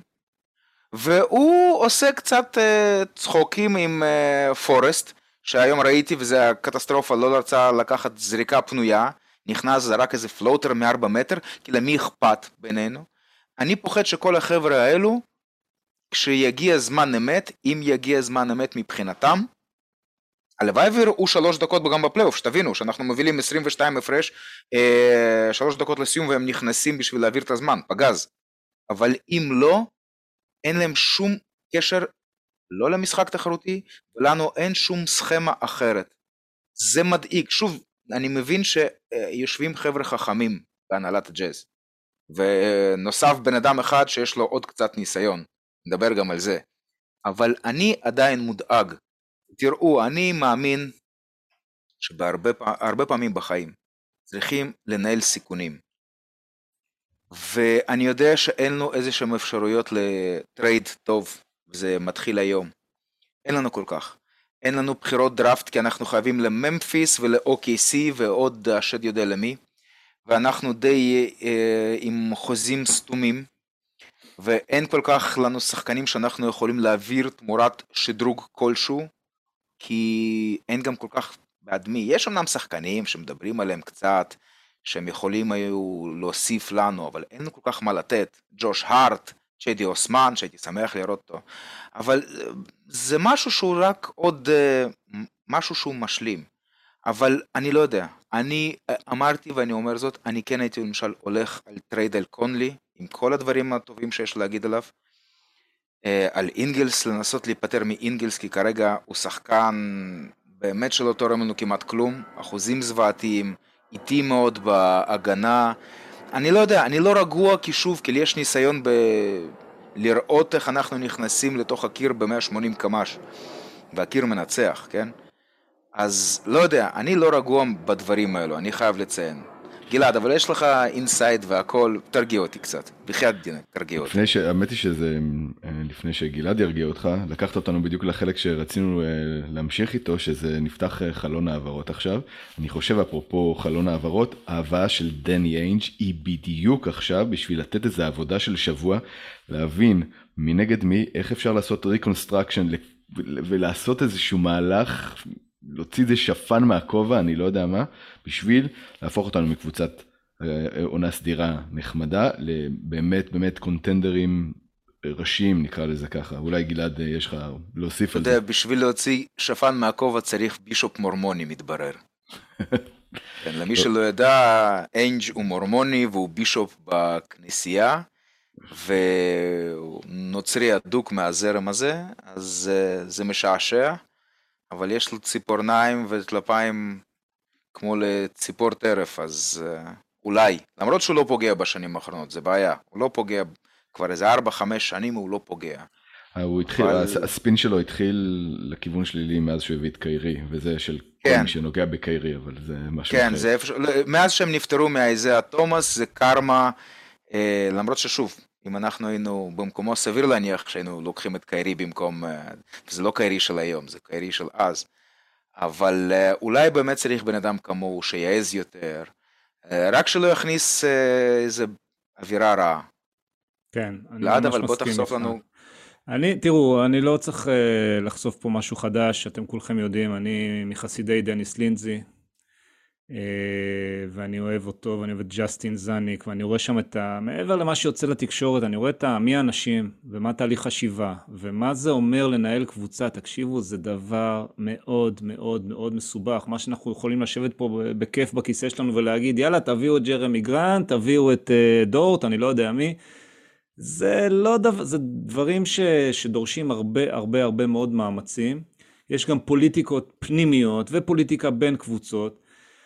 והוא עושה קצת uh, צחוקים עם uh, פורסט, שהיום ראיתי, וזה הקטסטרופה, לא רצה לקחת זריקה פנויה, נכנס, זה רק איזה פלוטר מארבע מטר, כי למי אכפת בינינו. אני פוחד שכל החבר'ה האלו, כשיגיע זמן אמת, אם יגיע זמן אמת מבחינתם, הלוואי ויראו שלוש דקות גם בפלייאוף, שתבינו, שאנחנו מובילים עשרים ושתיים הפרש, אה, שלוש דקות לסיום, והם נכנסים בשביל להעביר את הזמן, פגז. אבל אם לא, אין להם שום קשר, לא למשחק תחרותי, ולנו אין שום סכמה אחרת. זה מדאיג, שוב, אני מבין שיושבים חבר'ה חכמים בהנהלת הג'אז, ונוסף בן אדם אחד שיש לו עוד קצת ניסיון, נדבר גם על זה, אבל אני עדיין מודאג. תראו, אני מאמין שבהרבה הרבה פעמים בחיים צריכים לנהל סיכונים, ואני יודע שאין לו איזה שהם אפשרויות לטרייד טוב, וזה מתחיל היום, אין לנו כל כך. אין לנו בחירות דראפט, כי אנחנו חייבים לממפיס ול-או קיי סי ועוד השד יודע למי, ואנחנו די אה, עם חוזים סתומים, ואין כל כך לנו שחקנים שאנחנו יכולים להעביר תמורת שדרוג כלשהו, כי אין גם כל כך בעד מי. יש אמנם שחקנים שמדברים עליהם קצת, שהם יכולים היו להוסיף לנו, אבל אין כל כך מה לתת. ג'וש הארט, צ'יידי אוסמן, שהייתי שמח לראות אותו, אבל זה משהו שהוא רק עוד משהו שהוא משלים. אבל אני לא יודע, אני אמרתי ואני אומר זאת, אני כן הייתי למשל הולך על טרייד על קונלי, עם כל הדברים הטובים שיש להגיד עליו, על אינגלס, לנסות להיפטר מאינגלס, כי כרגע הוא שחקן באמת שלא תורם לנו כמעט כלום, אחוזים זוועתיים, איטי מאוד בהגנה, אני לא יודע, אני לא רגוע כי שוב, כי לי יש ניסיון ב... לראות איך אנחנו נכנסים לתוך הקיר ב-מאה ושמונים קמ"ש, והקיר מנצח, כן? אז לא יודע, אני לא רגוע בדברים האלו, אני חייב לציין. גלעד, אבל יש לך אינסייד והכל, תרגיע אותי קצת, בחייאת דינה, תרגיע אותי. לפני ש... האמת היא שזה, לפני שגלעד ירגיע אותך, לקחת אותנו בדיוק לחלק שרצינו להמשיך איתו, שזה נפתח חלון העברות עכשיו. אני חושב, אפרופו חלון העברות, ההבאה של דני איינג' היא בדיוק עכשיו, בשביל לתת איזו עבודה של שבוע, להבין מנגד מי, איך אפשר לעשות ריקונסטרקשן, ולעשות איזשהו מהלך, להוציא איזה שפן מהכובע, אני לא יודע מה, בשביל להפוך אותנו מקבוצת עונה סדירה נחמדה, לבאמת באמת קונטנדרים ראשיים, נקרא לזה ככה. אולי גלעד יש לך להוסיף על זה. אתה יודע, בשביל להוציא שפן מהכובע צריך בישופ מורמוני, מתברר. למי שלא ידע, איינג' הוא מורמוני והוא בישופ בכנסייה, והוא נוצרי אדוק מהזרם הזה, אז זה משעשע. אבל יש לו ציפורניים וטלפיים כמו לציפור טרף, אז uh, אולי, למרות שהוא לא פוגע בשנים האחרונות, זה בעיה, הוא לא פוגע, כבר איזה ארבע חמש שנים הוא לא פוגע. הוא התחיל, אבל... הספין שלו התחיל לכיוון שלילי מאז שהוא הביא את קיירי, וזה של כן. כל מי שנוגע בקיירי, אבל זה משהו כן, אחר. זה איפה, מאז שהם נפטרו מהאיזיה תומאס, זה קרמה, אה, למרות ששוב, אם אנחנו היינו במקומו סביר להניח כשהיינו לוקחים את קיירי במקום, זה לא קיירי של היום, זה קיירי של אז, אבל אולי באמת צריך בן אדם כמוהו שיעז יותר, רק שלא יכניס איזה אווירה רעה. כן, אני ממש מסכים. אבל בוא תחשוף לנו. אני, תראו, אני לא צריך לחשוף פה משהו חדש, אתם כולכם יודעים, אני מחסידי דניס לינזי, ואני אוהב אותו, ואני אוהב את ג'סטין זניק, ואני רואה שם את ה... מעבר למה שיוצא לתקשורת, אני רואה את ה... מי האנשים, ומה תהליך חשיבה, ומה זה אומר לנהל קבוצה. תקשיבו, זה דבר מאוד מאוד מאוד מסובך, מה שאנחנו יכולים לשבת פה בכיף בכיסא שלנו ולהגיד, יאללה, תביאו את ג'רמי גרנט, תביאו את uh, דורט, אני לא יודע מי, זה לא דבר, זה דברים ש... שדורשים הרבה הרבה הרבה מאוד מאמצים. יש גם פוליטיקות פנימיות ופוליטיקה בין קבוצות.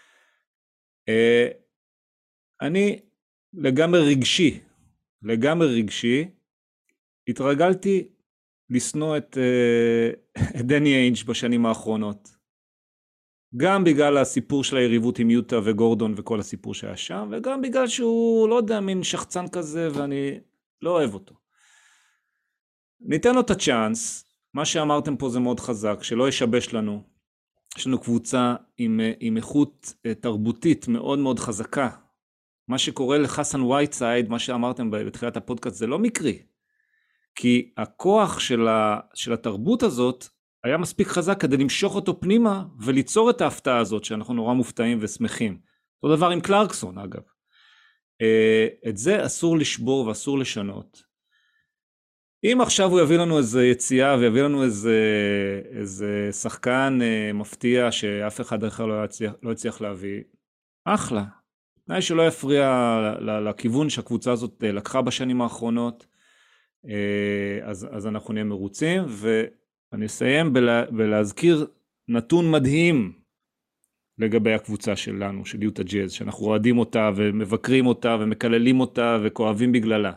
אני לגמרי רגשי, לגמרי רגשי, התרגלתי לשנוא את, את דני איינג' בשנים האחרונות. גם בגלל הסיפור של היריבות עם יוטה וגורדון וכל הסיפור שהיה שם, וגם בגלל שהוא, לא יודע, מין שחצן כזה, ואני לא אוהב אותו. ניתן לו את הצ'אנס, מה שאמרתם פה זה מאוד חזק, שלא ישבש לנו. יש לנו קבוצה עם, עם איכות תרבותית מאוד מאוד חזקה. מה שקורה לחסן וייטסייד, מה שאמרתם בתחילת הפודקאסט, זה לא מקרי. כי הכוח של, ה, של התרבות הזאת היה מספיק חזק כדי למשוך אותו פנימה וליצור את ההפתעה הזאת שאנחנו נורא מופתעים ושמחים. אותו דבר עם קלרקסון אגב. את זה אסור לשבור ואסור לשנות. אם עכשיו הוא יביא לנו איזה יציאה ויביא לנו איזה, איזה שחקן אה, מפתיע שאף אחד אחר לא יצליח, לא יצליח להביא, אחלה. תנאי שלא יפריע לכיוון שהקבוצה הזאת לקחה בשנים האחרונות, אה, אז, אז אנחנו נהיה מרוצים, ואני אסיים בלה, בלהזכיר נתון מדהים לגבי הקבוצה שלנו, של יוטה ג'אז, שאנחנו רועדים אותה ומבקרים אותה ומקללים אותה וכואבים בגללה.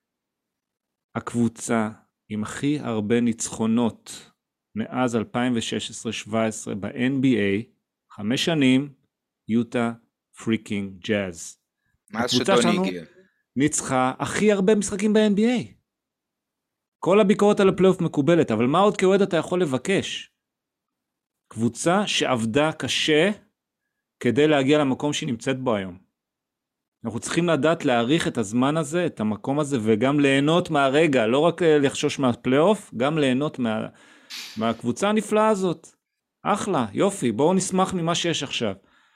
הקבוצה עם הכי הרבה ניצחונות מאז אלפיים ושש עשרה שבע עשרה ב-אן בי איי, חמש שנים, יוטה פריקינג ג'אז. מאז שדוני הגיע. ניצחה הכי הרבה משחקים ב-אן בי איי. כל הביקורת על הפלייאוף מקובלת, אבל מה עוד כאוהד אתה יכול לבקש? קבוצה שעבדה קשה כדי להגיע למקום שהיא נמצאת בו היום. אנחנו צריכים לדעת להעריך את הזמן הזה, את המקום הזה, וגם ליהנות מהרגע, לא רק לחשוש מהפלייאוף, גם ליהנות מה, מהקבוצה הנפלאה הזאת. אחלה, יופי, בואו נשמח ממה שיש עכשיו.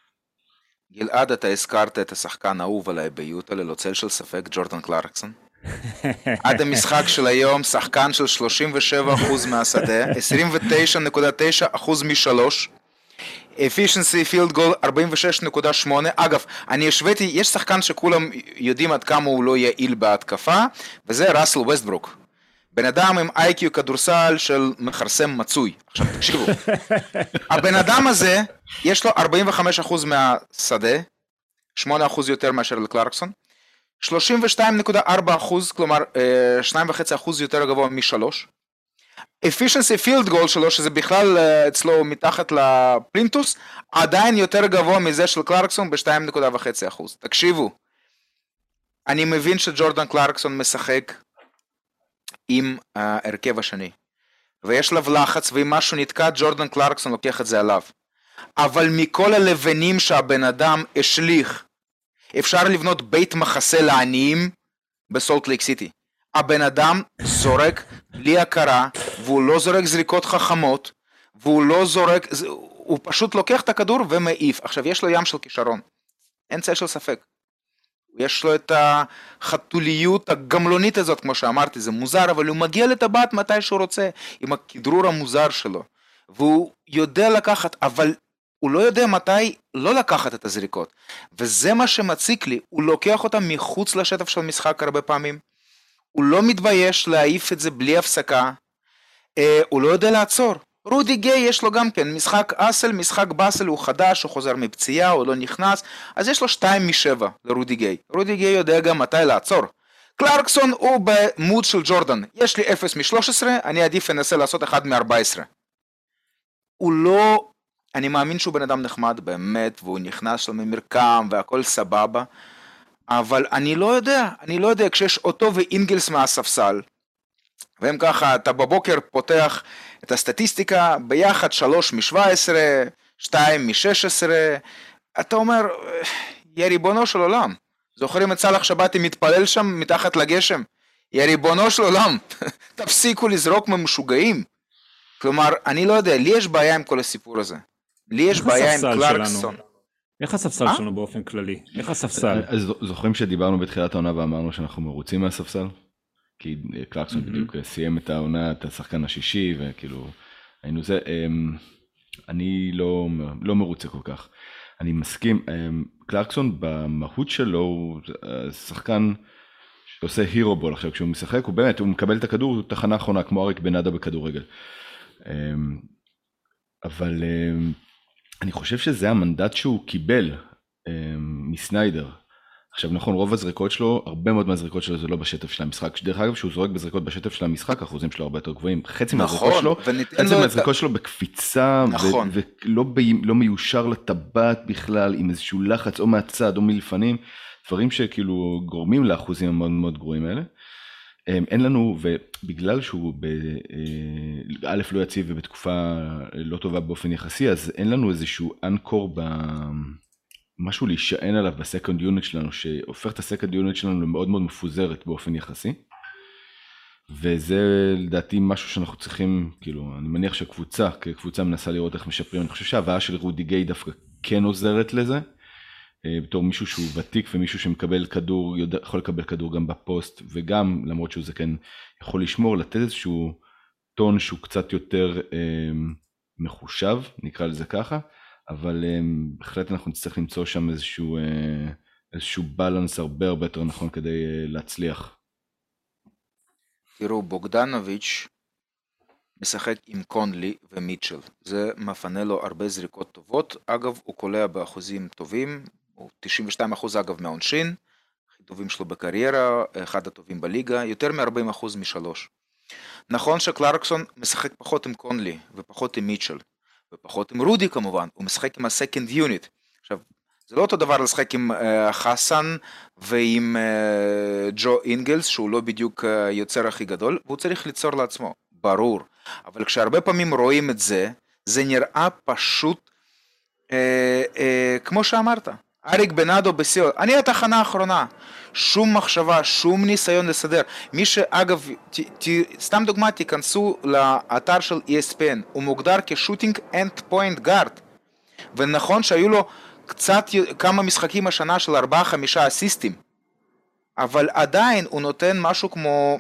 גלעד, אתה הזכרת את השחקן האהוב עליי ביוטה, ללא צל של ספק, ג'ורדן קלרקסון. עד המשחק של היום, שחקן של שלושים ושבע אחוז מהשדה, עשרים ותשע נקודה תשע אחוז משלוש, efficiency field goal ארבעים ושש נקודה שמונה. אגב, אני השוויתי, יש שחקן שכולם יודעים עד כמה הוא לא יעיל בהתקפה, וזה ראסל ווסטברוק. בן אדם עם איי קיו כדורסל של מכרסם מצוי. עכשיו תקשיבו, הבן אדם הזה, יש לו ארבעים וחמישה אחוז מהשדה, שמונה אחוז יותר מאשר לקלרקסון, שלושים ושתיים נקודה ארבע אחוז, כלומר שתיים נקודה חמש אחוז יותר גבוה משלוש. efficiency field goal שלו, שזה בכלל אצלו מתחת לפלינטוס, עדיין יותר גבוה מזה של קלרקסון ב-שתיים נקודה חמש אחוז. תקשיבו, אני מבין שג'ורדן קלרקסון משחק עם ההרכב השני, ויש לו לחץ, ואם משהו נתקע, ג'ורדן קלרקסון לוקח את זה עליו. אבל מכל הלבנים שהבן אדם השליך, אפשר לבנות בית מחסה לעניים בסולט לייק סיטי. הבן אדם זורק בלי הכרה, והוא לא זורק זריקות חכמות, והוא לא זורק, הוא פשוט לוקח את הכדור ומעיף. עכשיו, יש לו ים של כישרון, אין צל של ספק. יש לו את החתוליות הגמלונית הזאת, כמו שאמרתי, זה מוזר, אבל הוא מגיע לטבעת מתי שהוא רוצה, עם הכדרור המוזר שלו. והוא יודע לקחת, אבל הוא לא יודע מתי לא לקחת את הזריקות. וזה מה שמציק לי, הוא לוקח אותם מחוץ לשטף של משחק הרבה פעמים, הוא לא מתבייש להעיף את זה בלי הפסקה, אה, הוא לא יודע לעצור. רודי גיי יש לו גם כן, משחק אסל, משחק באסל, הוא חדש, הוא חוזר מפציעה, הוא לא נכנס, אז יש לו שתיים משבע לרודי גיי. רודי גיי יודע גם מתי לעצור. קלרקסון הוא במוד של ג'ורדן, יש לי אפס משלוש עשרה, אני עדיף אנסה לעשות אחד מארבע עשרה. הוא לא, אני מאמין שהוא בן אדם נחמד באמת, והוא נכנס לו ממרקם והכל סבבה, אבל אני לא יודע, אני לא יודע, כשיש אותו ואינגלס מהספסל, והם ככה, אתה בבוקר פותח את הסטטיסטיקה, ביחד שלוש משבע עשרה, שתיים משש עשרה, אתה אומר, יא ריבונו של עולם, זוכרים את סלח שבתי מתפלל שם מתחת לגשם? יא ריבונו של עולם, תפסיקו לזרוק ממשוגעים. כלומר, אני לא יודע, לי יש בעיה עם כל הסיפור הזה. לי יש בעיה עם קלרקסון. איך הספסל שלנו באופן כללי? איך הספסל? אז זוכרים שדיברנו בתחילת העונה ואמרנו שאנחנו מרוצים מהספסל? כי קלרקסון בדיוק סיים את העונה, את השחקן השישי, וכאילו, היינו זה, אני לא, לא מרוצה כל כך. אני מסכים, קלרקסון במהות שלו, הוא שחקן שעושה הירו בול, עכשיו כשהוא משחק, הוא באמת, הוא מקבל את הכדור, הוא תחנה אחרונה, כמו אריק בנאדה בכדורגל. אבל אני חושב שזה המנדט שהוא קיבל מסניידר. עכשיו נכון, רוב הזריקות שלו, הרבה מאוד מהזריקות שלו זה לא בשטף של המשחק. דרך אגב, שהוא זורק בזריקות בשטף של המשחק, האחוזים שלו הרבה יותר גבוהים. חצי מהזריקות שלו, חצי מהזריקות שלו בקפיצה, ולא מיושר לטבעת בכלל, עם איזשהו לחץ או מהצד או מלפנים, דברים שכאילו גורמים לאחוזים המאוד מאוד גרועים האלה. אין לנו, ובגלל שהוא באלף לא יציב ובתקופה לא טובה באופן יחסי, אז אין לנו איזשהו אנקור ב... משהו להישען עליו בסקנד יוניט שלנו, שהופך את הסקנד יוניט שלנו למאוד מאוד מפוזרת באופן יחסי. וזה לדעתי משהו שאנחנו צריכים, כאילו, אני מניח שהקבוצה, כקבוצה מנסה לראות איך משפרים. אני חושב שההבאה של רודי גיי דווקא כן עוזרת לזה, בתור מישהו שהוא ותיק ומישהו שמקבל כדור, יודע, יכול לקבל כדור גם בפוסט, וגם, למרות שהוא זה כן יכול לשמור, לתת איזשהו טון שהוא קצת יותר אה, מחושב, נקרא לזה ככה, אבל um, בהחלט אנחנו נצטרך למצוא שם איזשהו, uh, איזשהו בלנס הרבה הרבה יותר נכון כדי uh, להצליח. תראו, בוגדנוביץ' משחק עם קונלי ומיטשל. זה מפנה לו הרבה זריקות טובות. אגב, הוא קולע באחוזים טובים. הוא תשעים ושתיים אחוז אגב מהעונשין. הכי טובים שלו בקריירה, אחד הטובים בליגה. יותר מ-ארבעים אחוז משלוש. נכון שקלרקסון משחק פחות עם קונלי ופחות עם מיטשל. ופחות עם רודי כמובן, הוא משחק עם הסקנד יוניט. עכשיו, זה לא אותו דבר לשחק עם uh, חסן ועם uh, ג'ו אינגלס, שהוא לא בדיוק uh, יוצר הכי גדול, והוא צריך ליצור לעצמו, ברור. אבל כשהרבה פעמים רואים את זה, זה נראה פשוט, uh, uh, כמו שאמרת, אריק בנאדו בסיור, אני התחנה האחרונה, שום מחשבה, שום ניסיון לסדר. מי שאגב, ת, ת, סתם דוגמה, תיכנסו לאתר של E S P N, הוא מוגדר כשוטינג אנד פוינט גארד, ונכון שהיו לו קצת כמה משחקים השנה של ארבעה חמישה אסיסטים, אבל עדיין הוא נותן משהו כמו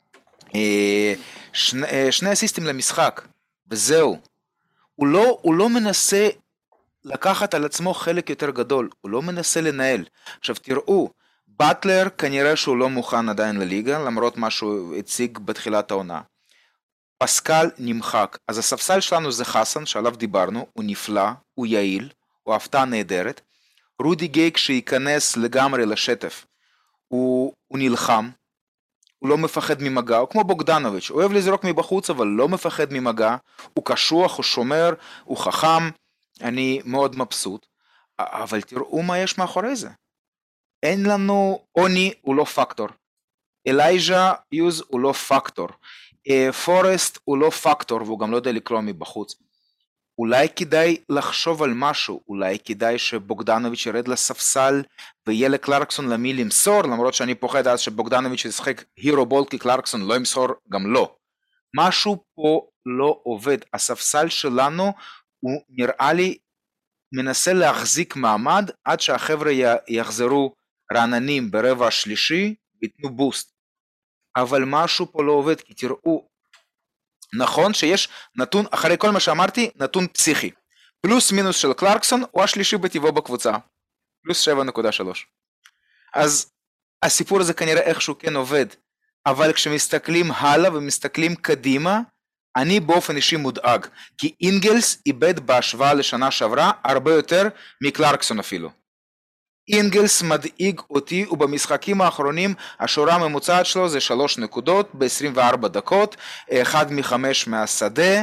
אה, שני, אה, שני אסיסטים למשחק, וזהו. הוא לא, הוא לא מנסה לקחת על עצמו חלק יותר גדול, הוא לא מנסה לנהל. עכשיו תראו, באטלר כנראה שהוא לא מוכן עדיין לליגה, למרות מה שהוא הציג בתחילת העונה. פסקל נמחק, אז הספסל שלנו זה חסן, שעליו דיברנו, הוא נפלא, הוא יעיל, הוא הפתעה נהדרת. רודי גיי כשייכנס לגמרי לשטף, הוא, הוא נלחם, הוא לא מפחד ממגע, הוא כמו בוגדנוביץ', הוא אוהב לזרוק מבחוץ אבל לא מפחד ממגע, הוא קשוח, הוא שומר, הוא חכם, אני מאוד מבסוט, אבל תראו מה יש מאחורי זה. אין לנו, אוני הוא לא פקטור, אלייז'ה יוז הוא לא פקטור, פורסט הוא לא פקטור, והוא גם לא יודע לקרוא מבחוץ. אולי כדאי לחשוב על משהו, אולי כדאי שבוגדנוביץ' ירד לספסל ויהיה לקלרקסון למי למסור, למרות שאני פוחד אז שבוגדנוביץ' ישחק הירו בול כי קלרקסון לא ימסור גם לא. משהו פה לא עובד, הספסל שלנו הוא נראה לי מנסה להחזיק מעמד עד שהחבר'ה יחזרו רעננים ברבע השלישי ויתנו בוסט, אבל משהו פה לא עובד, כי תראו, נכון שיש נתון, אחרי כל מה שאמרתי, נתון פסיכי, פלוס מינוס של קלרקסון הוא השלישי בטבעו בקבוצה, פלוס שבע נקודה שלוש, אז הסיפור הזה כנראה איכשהו כן עובד, אבל כשמסתכלים הלאה ומסתכלים קדימה, אני באופן אישי מודאג, כי אינגלס איבד בהשוואה לשנה שעברה הרבה יותר מקלרקסון אפילו. אינגלס מדאיג אותי, ובמשחקים האחרונים השורה הממוצעת שלו זה שלוש נקודות ב-עשרים וארבע דקות, אחד מחמש מהשדה,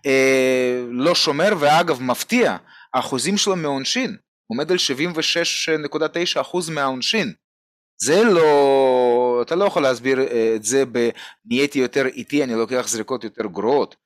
לא שומר, ואגב מפתיע, האחוזים שלו מעונשין, עומד על שבעים ושש נקודה תשע אחוז מהעונשין. זה לא, אתה לא יכול להסביר את זה בנהייתי יותר איטי, אני לוקח זריקות יותר גרועות,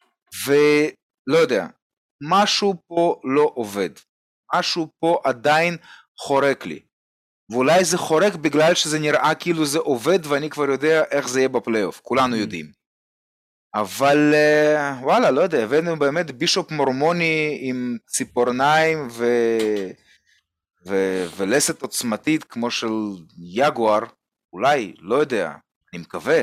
ולא יודע, משהו פה לא עובד, משהו פה עדיין חורק לי, ואולי זה חורק בגלל שזה נראה כאילו זה עובד, ואני כבר יודע איך זה יהיה בפלייאוף, כולנו יודעים, אבל וואלה, לא יודע, הבאנו באמת בישופ מורמוני עם ציפורניים ו... ו... ולסת עוצמתית כמו של יגואר, אולי, לא יודע, אני מקווה.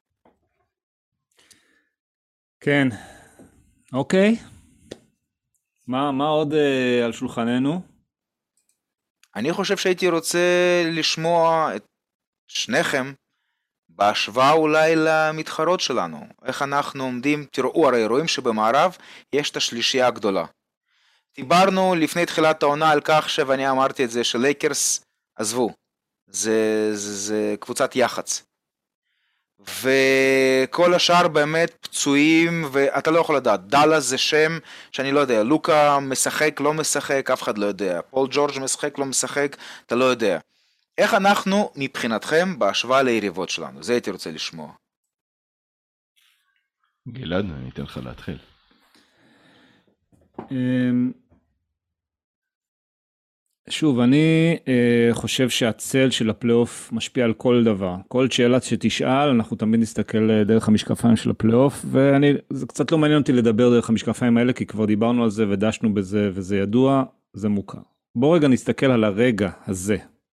כן, אוקיי. מה, מה עוד uh, על שולחננו? אני חושב שהייתי רוצה לשמוע את שניכם בהשוואה אולי למתחרות שלנו, איך אנחנו עומדים, תראו, הרי רואים שבמערב יש את השלישייה הגדולה. דיברנו לפני תחילת העונה על כך שאני אמרתי את זה שלייקרס עזבו, זה, זה, זה קבוצת יח"צ, וכל השאר באמת פצועים, ואתה לא יכול לדעת, דאלאס זה שם שאני לא יודע, לוקה משחק לא משחק, אף אחד לא יודע, פול ג'ורג' משחק לא משחק, אתה לא יודע. איך אנחנו מבחינתכם בהשוואה ליריבות שלנו? זה הייתי רוצה לשמוע. גלעד, אני אתן לך להתחיל. שוב, אני uh, חושב שהצל של הפלייאוף משפיע על כל דבר. כל שאלה שתשאל, אנחנו תמיד נסתכל דרך המשקפיים של הפלייאוף, ואני, זה קצת לא מעניין אותי לדבר דרך המשקפיים האלה, כי כבר דיברנו על זה ודשנו בזה, וזה ידוע, זה מוכר. בוא רגע נסתכל על הרגע הזה,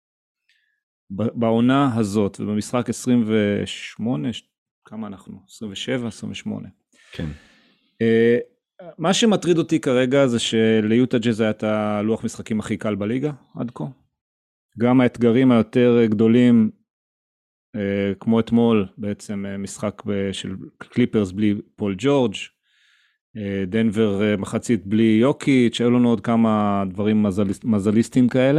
בעונה הזאת, ובמשחק עשרים ושמונה, כמה אנחנו? עשרים ושבע, עשרים ושמונה. כן. Uh, מה שמטריד אותי כרגע זה שליוטה ג'אז היה את הלוח משחקים הכי קל בליגה עד כה. גם האתגרים היותר גדולים, כמו אתמול, בעצם משחק של קליפרס בלי פול ג'ורג', דנבר מחצית בלי יוקיץ', היו לנו עוד כמה דברים מזליסטיים כאלה.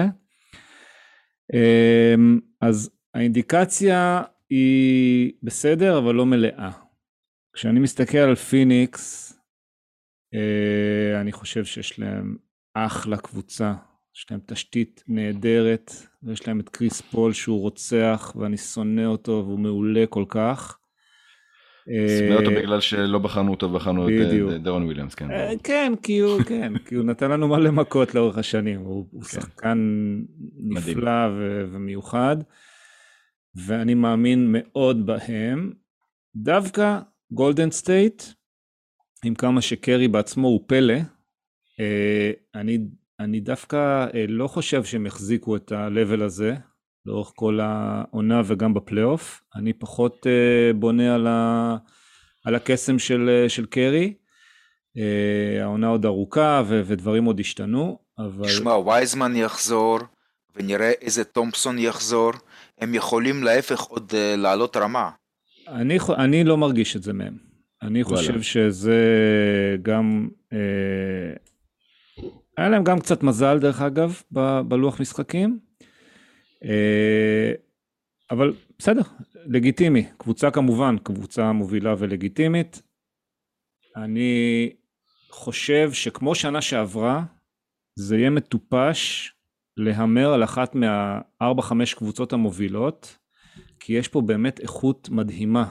אז האינדיקציה היא בסדר, אבל לא מלאה. כשאני מסתכל על פיניקס, Uh, אני חושב שיש להם אחלה קבוצה, יש להם תשתית נהדרת, ויש להם את קריס פול שהוא רוצח, ואני שונא אותו, והוא מעולה כל כך. שונא אותו בגלל שלא בחרנו אותו, בחרנו בדיוק. את דרון וויליאמס, כן. כן, כי הוא, כן, כי הוא נתן לנו מלא מכות לאורך השנים, הוא, הוא שחקן נפלא ו- ומיוחד, ואני מאמין מאוד בהם. דווקא גולדן סטייט, עם כמה שקרי בעצמו הוא פלא, אני, אני דווקא לא חושב שהם החזיקו את ה-level הזה, לאורך כל העונה וגם בפלייאוף. אני פחות בונה על, ה, על הקסם של, של קרי, העונה עוד ארוכה ו, ודברים עוד השתנו, אבל... תשמע, וייזמן יחזור, ונראה איזה תומפסון יחזור, הם יכולים להפך עוד לעלות רמה. אני, אני לא מרגיש את זה מהם. אני חושב וואלה. שזה גם... אה, היה להם גם קצת מזל דרך אגב, ב, בלוח משחקים, אה, אבל בסדר, לגיטימי. קבוצה כמובן, קבוצה מובילה ולגיטימית. אני חושב שכמו שנה שעברה, זה יהיה מטופש להמר על אחת מהארבע חמש קבוצות המובילות, כי יש פה באמת איכות מדהימה.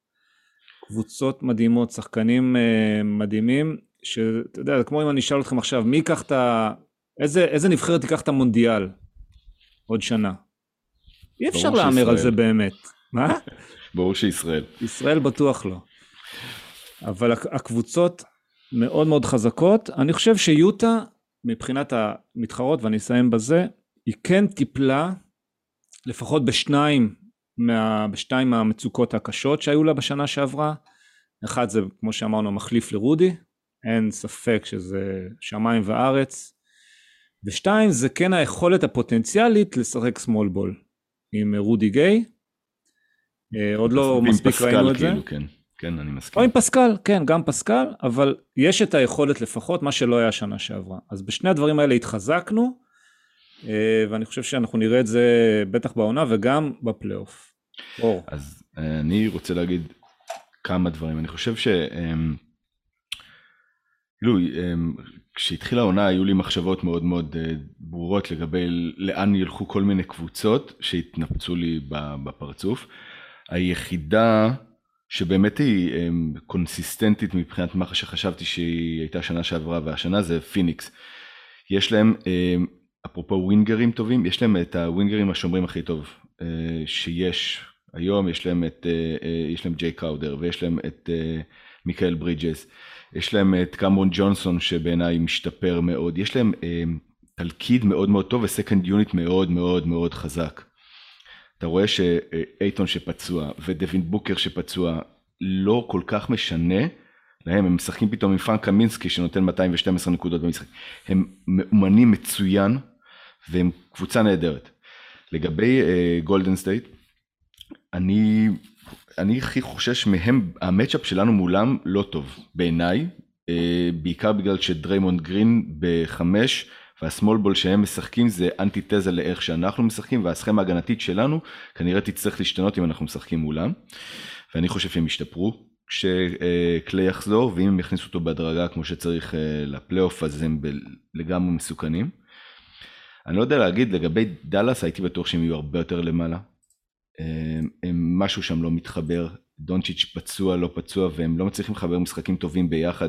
קבוצות מדהימות, שחקנים uh, מדהימים, שאתה יודע, כמו אם אני אשאל אתכם עכשיו, מי ייקח את ה... איזה, איזה נבחרת ייקח את המונדיאל עוד שנה? אי אפשר להמר על זה באמת. מה? ברור שישראל. ישראל בטוח לא. אבל הקבוצות מאוד מאוד חזקות. אני חושב שיוטה, מבחינת המתחרות, ואני אסיים בזה, היא כן טיפלה, לפחות בשניים, מה, בשתיים מהמצוקות הקשות שהיו לה בשנה שעברה. אחד זה, כמו שאמרנו, מחליף לרודי, אין ספק שזה שמיים וארץ. ושתיים זה כן היכולת הפוטנציאלית לשחק סמול בול, עם רודי גיי. עוד לא מספיק ראינו את זה. כאילו, כן. כן, אני מסכים. או עם פסקל, כן, גם פסקל, אבל יש את היכולת לפחות, מה שלא היה שנה שעברה. אז בשני הדברים האלה התחזקנו, ואני חושב שאנחנו נראה את זה בטח בעונה וגם בפלייאוף. אור. אז אני רוצה להגיד כמה דברים. אני חושב ש... כאילו, כשהתחילה העונה היו לי מחשבות מאוד מאוד ברורות לגבי לאן ילכו כל מיני קבוצות שהתנפצו לי בפרצוף. היחידה שבאמת היא קונסיסטנטית מבחינת מה שחשבתי שהיא הייתה שנה שעברה והשנה זה פיניקס. יש להם, אפרופו ווינגרים טובים, יש להם את הווינגרים השומרים הכי טוב שיש היום, יש להם את, יש להם ג'יי קראודר ויש להם את מיקאל ברידג'ס, יש להם את קמרון ג'ונסון שבעיניי משתפר מאוד, יש להם תלכיד מאוד מאוד טוב וסקנד יוניט מאוד מאוד מאוד חזק. אתה רואה שאייטון שפצוע ודווין בוקר שפצוע לא כל כך משנה להם, הם משחקים פתאום עם פרנק קמינסקי שנותן מאתיים ושתים עשרה נקודות במשחק, הם מאומנים מצוין והם קבוצה נהדרת. לגבי גולדן סטייט, אני, אני הכי חושש מהם, המאצ'אפ שלנו מולם לא טוב בעיניי, בעיקר בגלל שדריימונד גרין בחמש, והסמול בול שהם משחקים זה אנטיתזה לאיך שאנחנו משחקים, והסכמה ההגנתית שלנו כנראה תצטרך להשתנות אם אנחנו משחקים מולם, ואני חושב שהם ישתפרו כשקלי יחזור, ואם הם יכניסו אותו בהדרגה כמו שצריך לפלייאוף, אז הם לגמרי מסוכנים. אני לא יודע להגיד, לגבי דלס הייתי בטוח שהם יהיו הרבה יותר למעלה, הם, משהו שם לא מתחבר, דונצ'יץ' פצוע לא פצוע, והם לא מצליחים לחבר משחקים טובים ביחד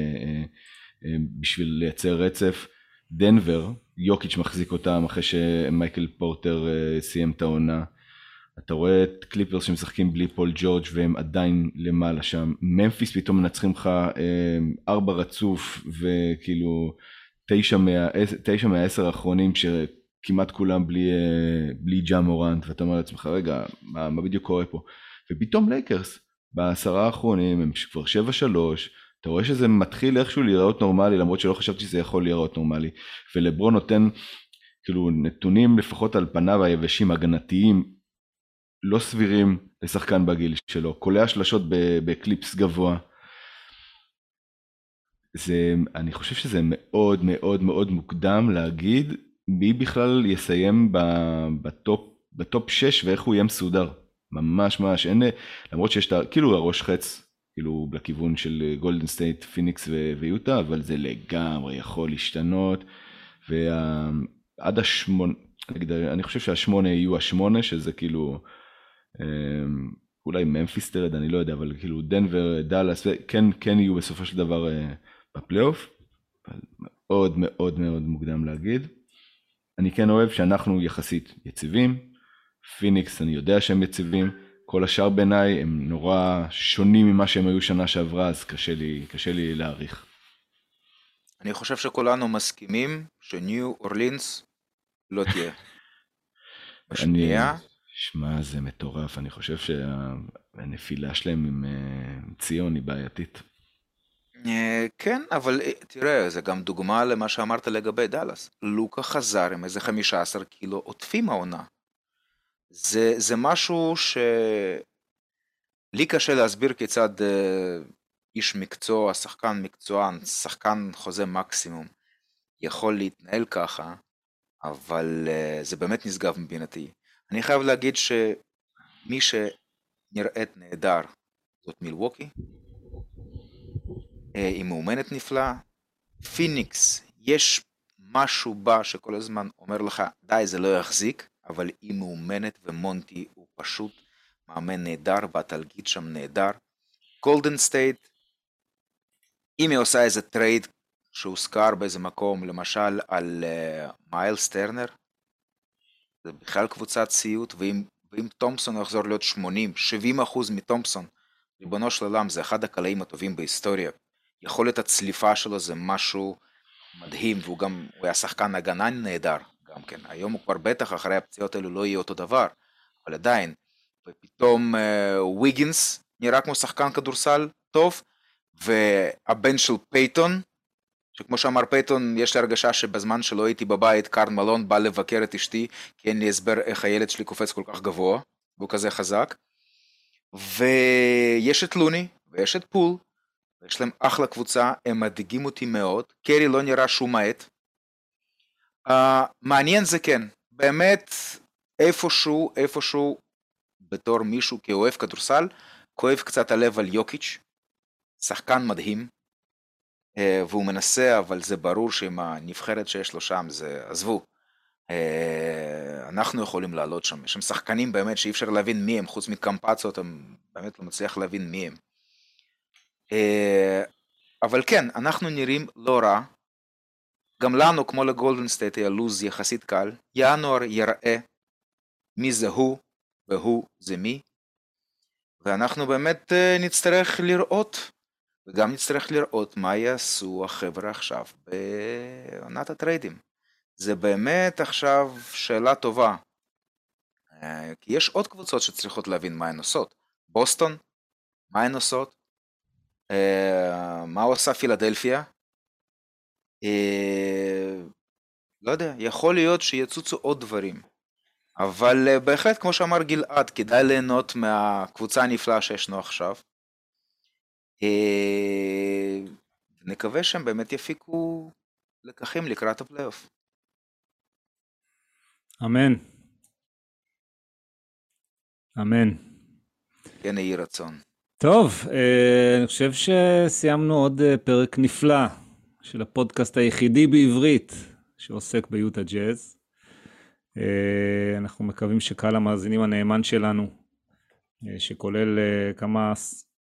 בשביל לייצר רצף. דנבר, יוקיץ' מחזיק אותם אחרי שמייקל פורטר סיים את העונה. אתה רואה את קליפרס שמשחקים בלי פול ג'ורג' והם עדיין למעלה שם. ממפיס פתאום מנצחים לך ארבע רצוף וכאילו תשע מה, תשע מהעשר האחרונים שכמעט כולם בלי, בלי ג'ה מורנט, ואתה אומר לעצמך רגע מה, מה בדיוק קורה פה? ופתאום לייקרס בעשרה האחרונים הם כבר שבע שלוש, אתה רואה שזה מתחיל איכשהו להיראות נורמלי, למרות שלא חשבתי שזה יכול להיראות נורמלי, ולברון נותן כאילו נתונים לפחות על פניו היבשים הגנתיים לא סבירים לשחקן בגיל שלו, קולע שלשות בקליפס גבוה. זה, אני חושב שזה מאוד מאוד מאוד מוקדם להגיד מי בכלל יסיים בטופ, בטופ שש ואיך הוא יהיה מסודר. ממש ממש, אין, למרות שיש כאילו הראש חץ, כאילו לכיוון של גולדן סטייט, פיניקס ויוטה, אבל זה לגמרי יכול להשתנות, ועד השמונה, אני חושב שהשמונה יהיו השמונה, שזה כאילו, אולי ממפיס תרד, אני לא יודע, אבל כאילו דנבר, דאלאס, כן, כן יהיו בסופו של דבר בפלייאוף, מאוד מאוד מאוד מוקדם להגיד. אני כן אוהב שאנחנו יחסית יציבים, פיניקס אני יודע שהם יציבים, כל השאר בעיניי הם נורא שונים ממה שהם היו שנה שעברה, אז קשה לי, קשה לי להעריך. אני חושב שכולנו מסכימים שניו אורלינס לא תהיה. בשנייה. שמע, זה מטורף, אני חושב שהנפילה שלהם עם ציון היא בעייתית. כן, אבל תראה, זה גם דוגמה למה שאמרת לגבי דאלאס. לוקה חזר עם איזה חמישה עשר קילו עוטפים העונה. זה, זה משהו שלי קשה להסביר כיצד איש מקצוע, שחקן מקצוען, שחקן חוזה מקסימום, יכול להתנהל ככה, אבל זה באמת נשגב מבינתי. אני חייב להגיד שמי שנראית נהדר זאת מילווקי, היא מאומנת נפלאה. פיניקס, יש משהו בה שכל הזמן אומר לך, די זה לא יחזיק, אבל היא מאומנת, ומונטי הוא פשוט מאמן נהדר, והתלגיד שם נהדר. גולדן סטייט, אם היא עושה איזה טרייד שהוזכר באיזה מקום, למשל על uh, מיילס טרנר, זה בכלל קבוצת סיוט, ואם, ואם תומפסון יחזור להיות שמונים, שבעים אחוז מתומפסון, ריבונו של עולם, זה אחד הקלעים הטובים בהיסטוריה. יכולת הצליפה שלו זה משהו מדהים, והוא גם, הוא היה שחקן הגנה נהדר, גם כן. היום הוא כבר בטח אחרי הפציעות האלו לא יהיה אותו דבר, אבל עדיין, ופתאום uh, ויגינס נראה כמו שחקן כדורסל טוב, והבן של פייטון, שכמו שאמר פייטון, יש לי הרגשה שבזמן שלא הייתי בבית, קארל מלון בא לבקר את אשתי, כי אין לי הסבר איך הילד שלי קופץ כל כך גבוה, והוא כזה חזק. ויש את לוני, ויש את פול, ויש להם אחלה קבוצה, הם מדאיגים אותי מאוד, קרי לא נראה שום מעט. Uh, מעניין זה כן, באמת איפשהו, איפשהו, בתור מישהו כאוהב כדורסל, כואב קצת הלב על יוקיץ', שחקן מדהים, והוא מנסה, אבל זה ברור שעם הנבחרת שיש לו שם, זה עזבו. אנחנו יכולים לעלות שם, יש שם שחקנים באמת שאי אפשר להבין מי הם, חוץ מקמפצות, הם באמת לא מצליח להבין מי הם. אבל כן, אנחנו נראים לא רע, גם לנו, כמו לגולדן סטייט, היה לוז יחסית קל, ינואר יראה מי זה הוא, והוא זה מי, ואנחנו באמת נצטרך לראות, וגם נצטרך לראות מה יעשו החבר'ה עכשיו בעונת הטריידים. זה באמת עכשיו שאלה טובה, כי יש עוד קבוצות שצריכות להבין מה הן עושות. בוסטון, מה הן עושות? מה עושה פילדלפיה? לא יודע, יכול להיות שיצוצו עוד דברים. אבל בהחלט, כמו שאמר גלעד, כדאי ליהנות מהקבוצה הנפלאה שישנו עכשיו. נקווה שהם באמת יפיקו לקחים לקראת הפלייאוף. אמן. אמן. כן, יהי רצון. טוב, אני חושב שסיימנו עוד פרק נפלא של הפודקאסט היחידי בעברית שעוסק ביוטה ג'אז. אנחנו מקווים שקהל המאזינים הנאמן שלנו, שכולל כמה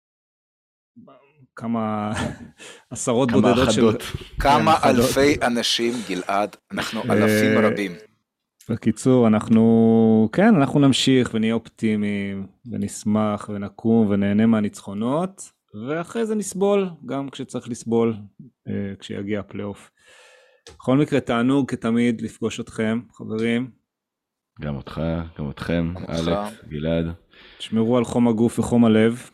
כמה עשרות כמה בודדות אחדות. של... כמה אלפי אנשים, גלעד, אנחנו אלפים רבים. בקיצור, אנחנו, כן, אנחנו נמשיך ונהיה אופטימיים, ונשמח ונקום ונהנה מהניצחונות, ואחרי זה נסבול, גם כשצריך לסבול, כשיגיע הפלייאוף. בכל מקרה, תענוג כתמיד לפגוש אתכם, חברים. גם אותך, גם אתכם, אלכס, גלעד. תשמרו על חום הגוף וחום הלב.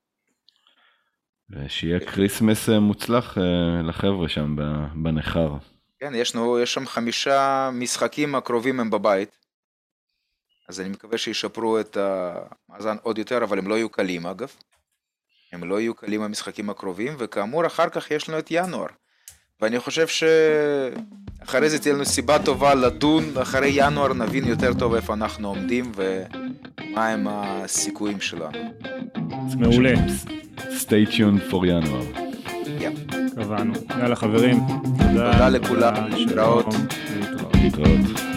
ושיהיה קריסמס מוצלח לחבר'ה שם בנחר. כן, יש, נו, יש שם חמישה משחקים הקרובים הם בבית, אז אני מקווה שישפרו את המאזן עוד יותר, אבל הם לא יהיו קלים אגב. הם לא יהיו קלים המשחקים הקרובים, וכאמור אחר כך יש לנו את ינואר. ואני חושב שאחרי זה תהיה לנו סיבה טובה לדון, אחרי ינואר נבין יותר טוב איפה אנחנו עומדים ומה הם הסיכויים שלנו. מעולה. Stay tuned for ינואר. יפ. קבענו. יאללה חברים. תודה לכולם. להתראות. להתראות.